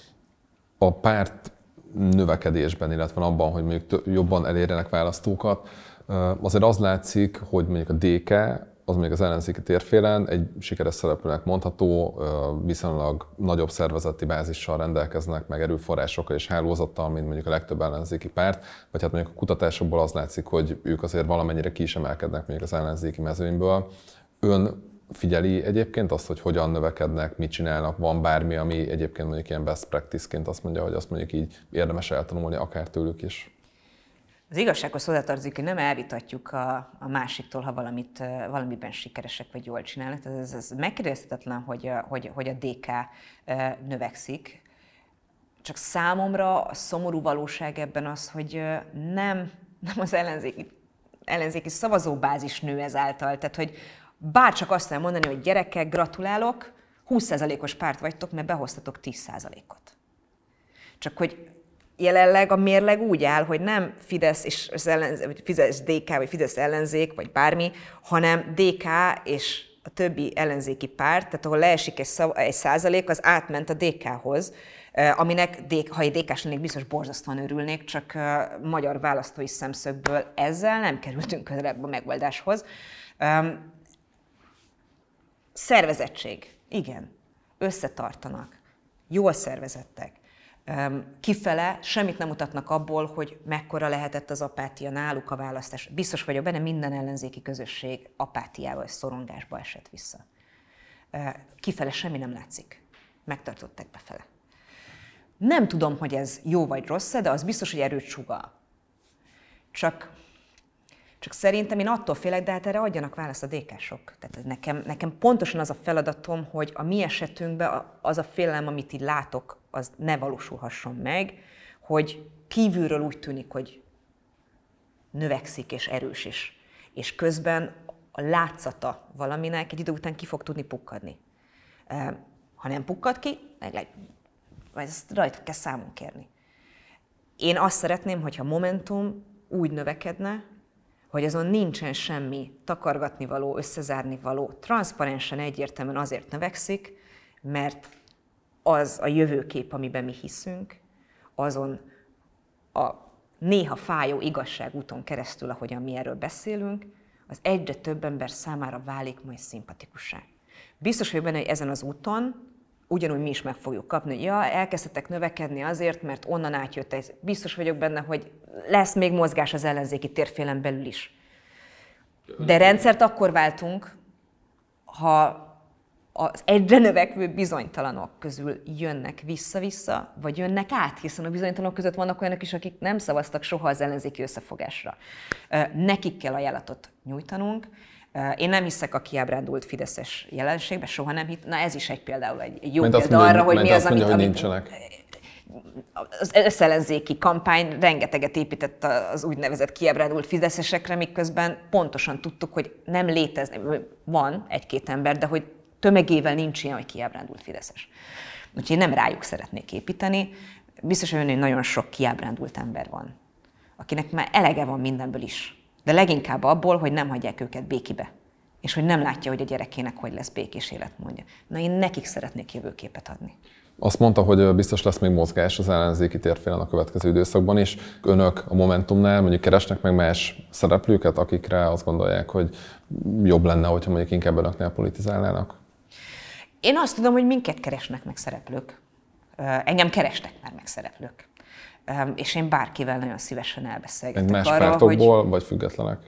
A párt növekedésben, illetve abban, hogy mondjuk jobban elérjenek választókat, azért az látszik, hogy mondjuk a DK, az mondjuk az ellenzéki térfélen egy sikeres szereplőnek mondható, viszonylag nagyobb szervezeti bázissal rendelkeznek, meg erőforrásokkal és hálózattal, mint mondjuk a legtöbb ellenzéki párt, vagy hát mondjuk a kutatásokból az látszik, hogy ők azért valamennyire ki is emelkednek mondjuk az ellenzéki mezőnyből. Ön figyeli egyébként azt, hogy hogyan növekednek, mit csinálnak, van bármi, ami egyébként mondjuk ilyen best practice-ként azt mondja, hogy azt mondjuk így érdemes eltanulni akár tőlük is? Az igazsághoz hozzátartozik, hogy nem elvitatjuk a másiktól, ha valamiben sikeresek vagy jól csinálnak. Ez megkérdezhetetlen, hogy a DK növekszik. Csak számomra a szomorú valóság ebben az, hogy nem az ellenzéki szavazóbázis nő ezáltal. Tehát, hogy bárcsak azt kell mondani, hogy gyerekek, gratulálok, 20%-os párt vagytok, mert behoztatok 10%-ot. Csak hogy jelenleg a mérleg úgy áll, hogy nem Fidesz és vagy Fidesz DK, vagy Fidesz ellenzék, vagy bármi, hanem DK és a többi ellenzéki párt, tehát ahol leesik egy százalék, az átment a DK-hoz, aminek, ha egy DK-s lennék, biztos borzasztóan örülnék, csak magyar választói szemszögből ezzel nem kerültünk közelebb a megoldáshoz. Szervezettség. Igen. Összetartanak. Jól szervezettek. Kifele semmit nem mutatnak abból, hogy mekkora lehetett az apátia náluk a választás. Biztos vagyok benne, minden ellenzéki közösség apátiával és szorongásba esett vissza. Kifele semmi nem látszik. Megtartották befele. Nem tudom, hogy ez jó vagy rossz, de az biztos, hogy erőt sugall. Csak szerintem én attól félek, de hát erre adjanak választ a DK-sok. Tehát nekem pontosan az a feladatom, hogy a mi esetünkben az a félelem, amit így látok, az ne valósulhasson meg, hogy kívülről úgy tűnik, hogy növekszik és erős is. És közben a látszata valaminek egy idő után ki fog tudni pukkadni. Ha nem pukkad ki, vagy ezt rajtuk kell számon kérni. Én azt szeretném, hogyha Momentum úgy növekedne, hogy azon nincsen semmi takargatni való, összezárni való, transzparensen egyértelműen azért növekszik, mert az a jövőkép, amiben mi hiszünk, azon a néha fájó igazságúton keresztül, ahogyan mi erről beszélünk, az egyre több ember számára válik majd szimpatikussá. Biztos vagyok benne, hogy ezen az úton ugyanúgy mi is meg fogjuk kapni, hogy elkezdtetek növekedni azért, mert onnan átjött. Biztos vagyok benne, hogy lesz még mozgás az ellenzéki térfélen belül is. De rendszert akkor váltunk, ha az egyre növekvő bizonytalanok közül jönnek vissza-vissza, vagy jönnek át, hiszen a bizonytalanok között vannak olyanok is, akik nem szavaztak soha az ellenzéki összefogásra. Nekik kell ajánlatot nyújtanunk. Én nem hiszek a kiábrándult fideszes jelenségbe, soha nem hitt. Na ez is például egy jó példa arra, hogy mi az, amit nincsenek. Az összellenzéki kampány rengeteget épített az úgynevezett kiábrándult fideszesekre, miközben pontosan tudtuk, hogy nem létezni. Van egy-két ember, de hogy tömegével nincs ilyen, hogy kiábrándult fideszes. Úgyhogy én nem rájuk szeretnék építeni. Biztos, hogy nagyon sok kiábrándult ember van, akinek már elege van mindenből is. De leginkább abból, hogy nem hagyják őket békibe. És hogy nem látja, hogy a gyerekének hogy lesz békés életmódja. Na én nekik szeretnék jövőképet adni. Azt mondta, hogy biztos lesz még mozgás az ellenzéki térfélen a következő időszakban is. Önök a Momentumnál mondjuk keresnek meg más szereplőket, akikre azt gondolják, hogy jobb lenne, hogyha mondjuk inkább önöknél politizálnának? Én azt tudom, hogy minket keresnek meg szereplők. Engem kerestek már meg szereplők. És én bárkivel nagyon szívesen elbeszélgetek más arról, pártokból, vagy függetlenek?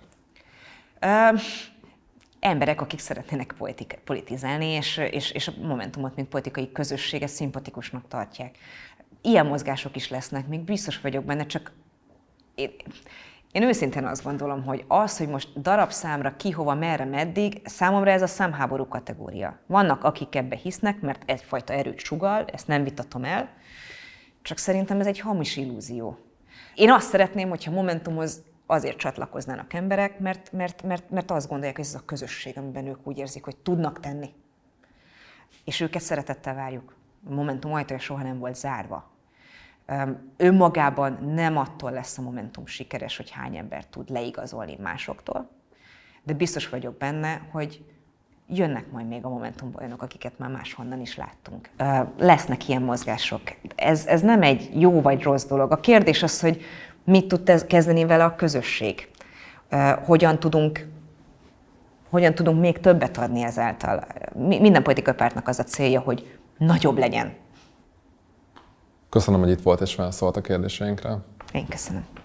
Emberek, akik szeretnének politizálni, és a Momentumot, mint politikai közösséget szimpatikusnak tartják. Ilyen mozgások is lesznek, még biztos vagyok benne, csak én őszintén azt gondolom, hogy az, hogy most darabszámra ki, hova, merre, meddig, számomra ez a számháború kategória. Vannak, akik ebbe hisznek, mert egyfajta erőt sugall, ezt nem vitatom el, csak szerintem ez egy hamis illúzió. Én azt szeretném, hogyha Momentumhoz azért csatlakoznának emberek, mert azt gondolják, hogy ez a közösség, amiben ők úgy érzik, hogy tudnak tenni. És őket szeretettel várjuk. A Momentum ajtaja soha nem volt zárva. Önmagában nem attól lesz a Momentum sikeres, hogy hány ember tud leigazolni másoktól, de biztos vagyok benne, hogy jönnek majd még a Momentumban olyanok, akiket már máshonnan is láttunk. Lesznek ilyen mozgások. Ez nem egy jó vagy rossz dolog. A kérdés az, hogy mit tud kezdeni vele a közösség. Hogyan tudunk még többet adni ezáltal. Minden politikai pártnak az a célja, hogy nagyobb legyen. Köszönöm, hogy itt volt és válaszolt a kérdéseinkre. Én köszönöm.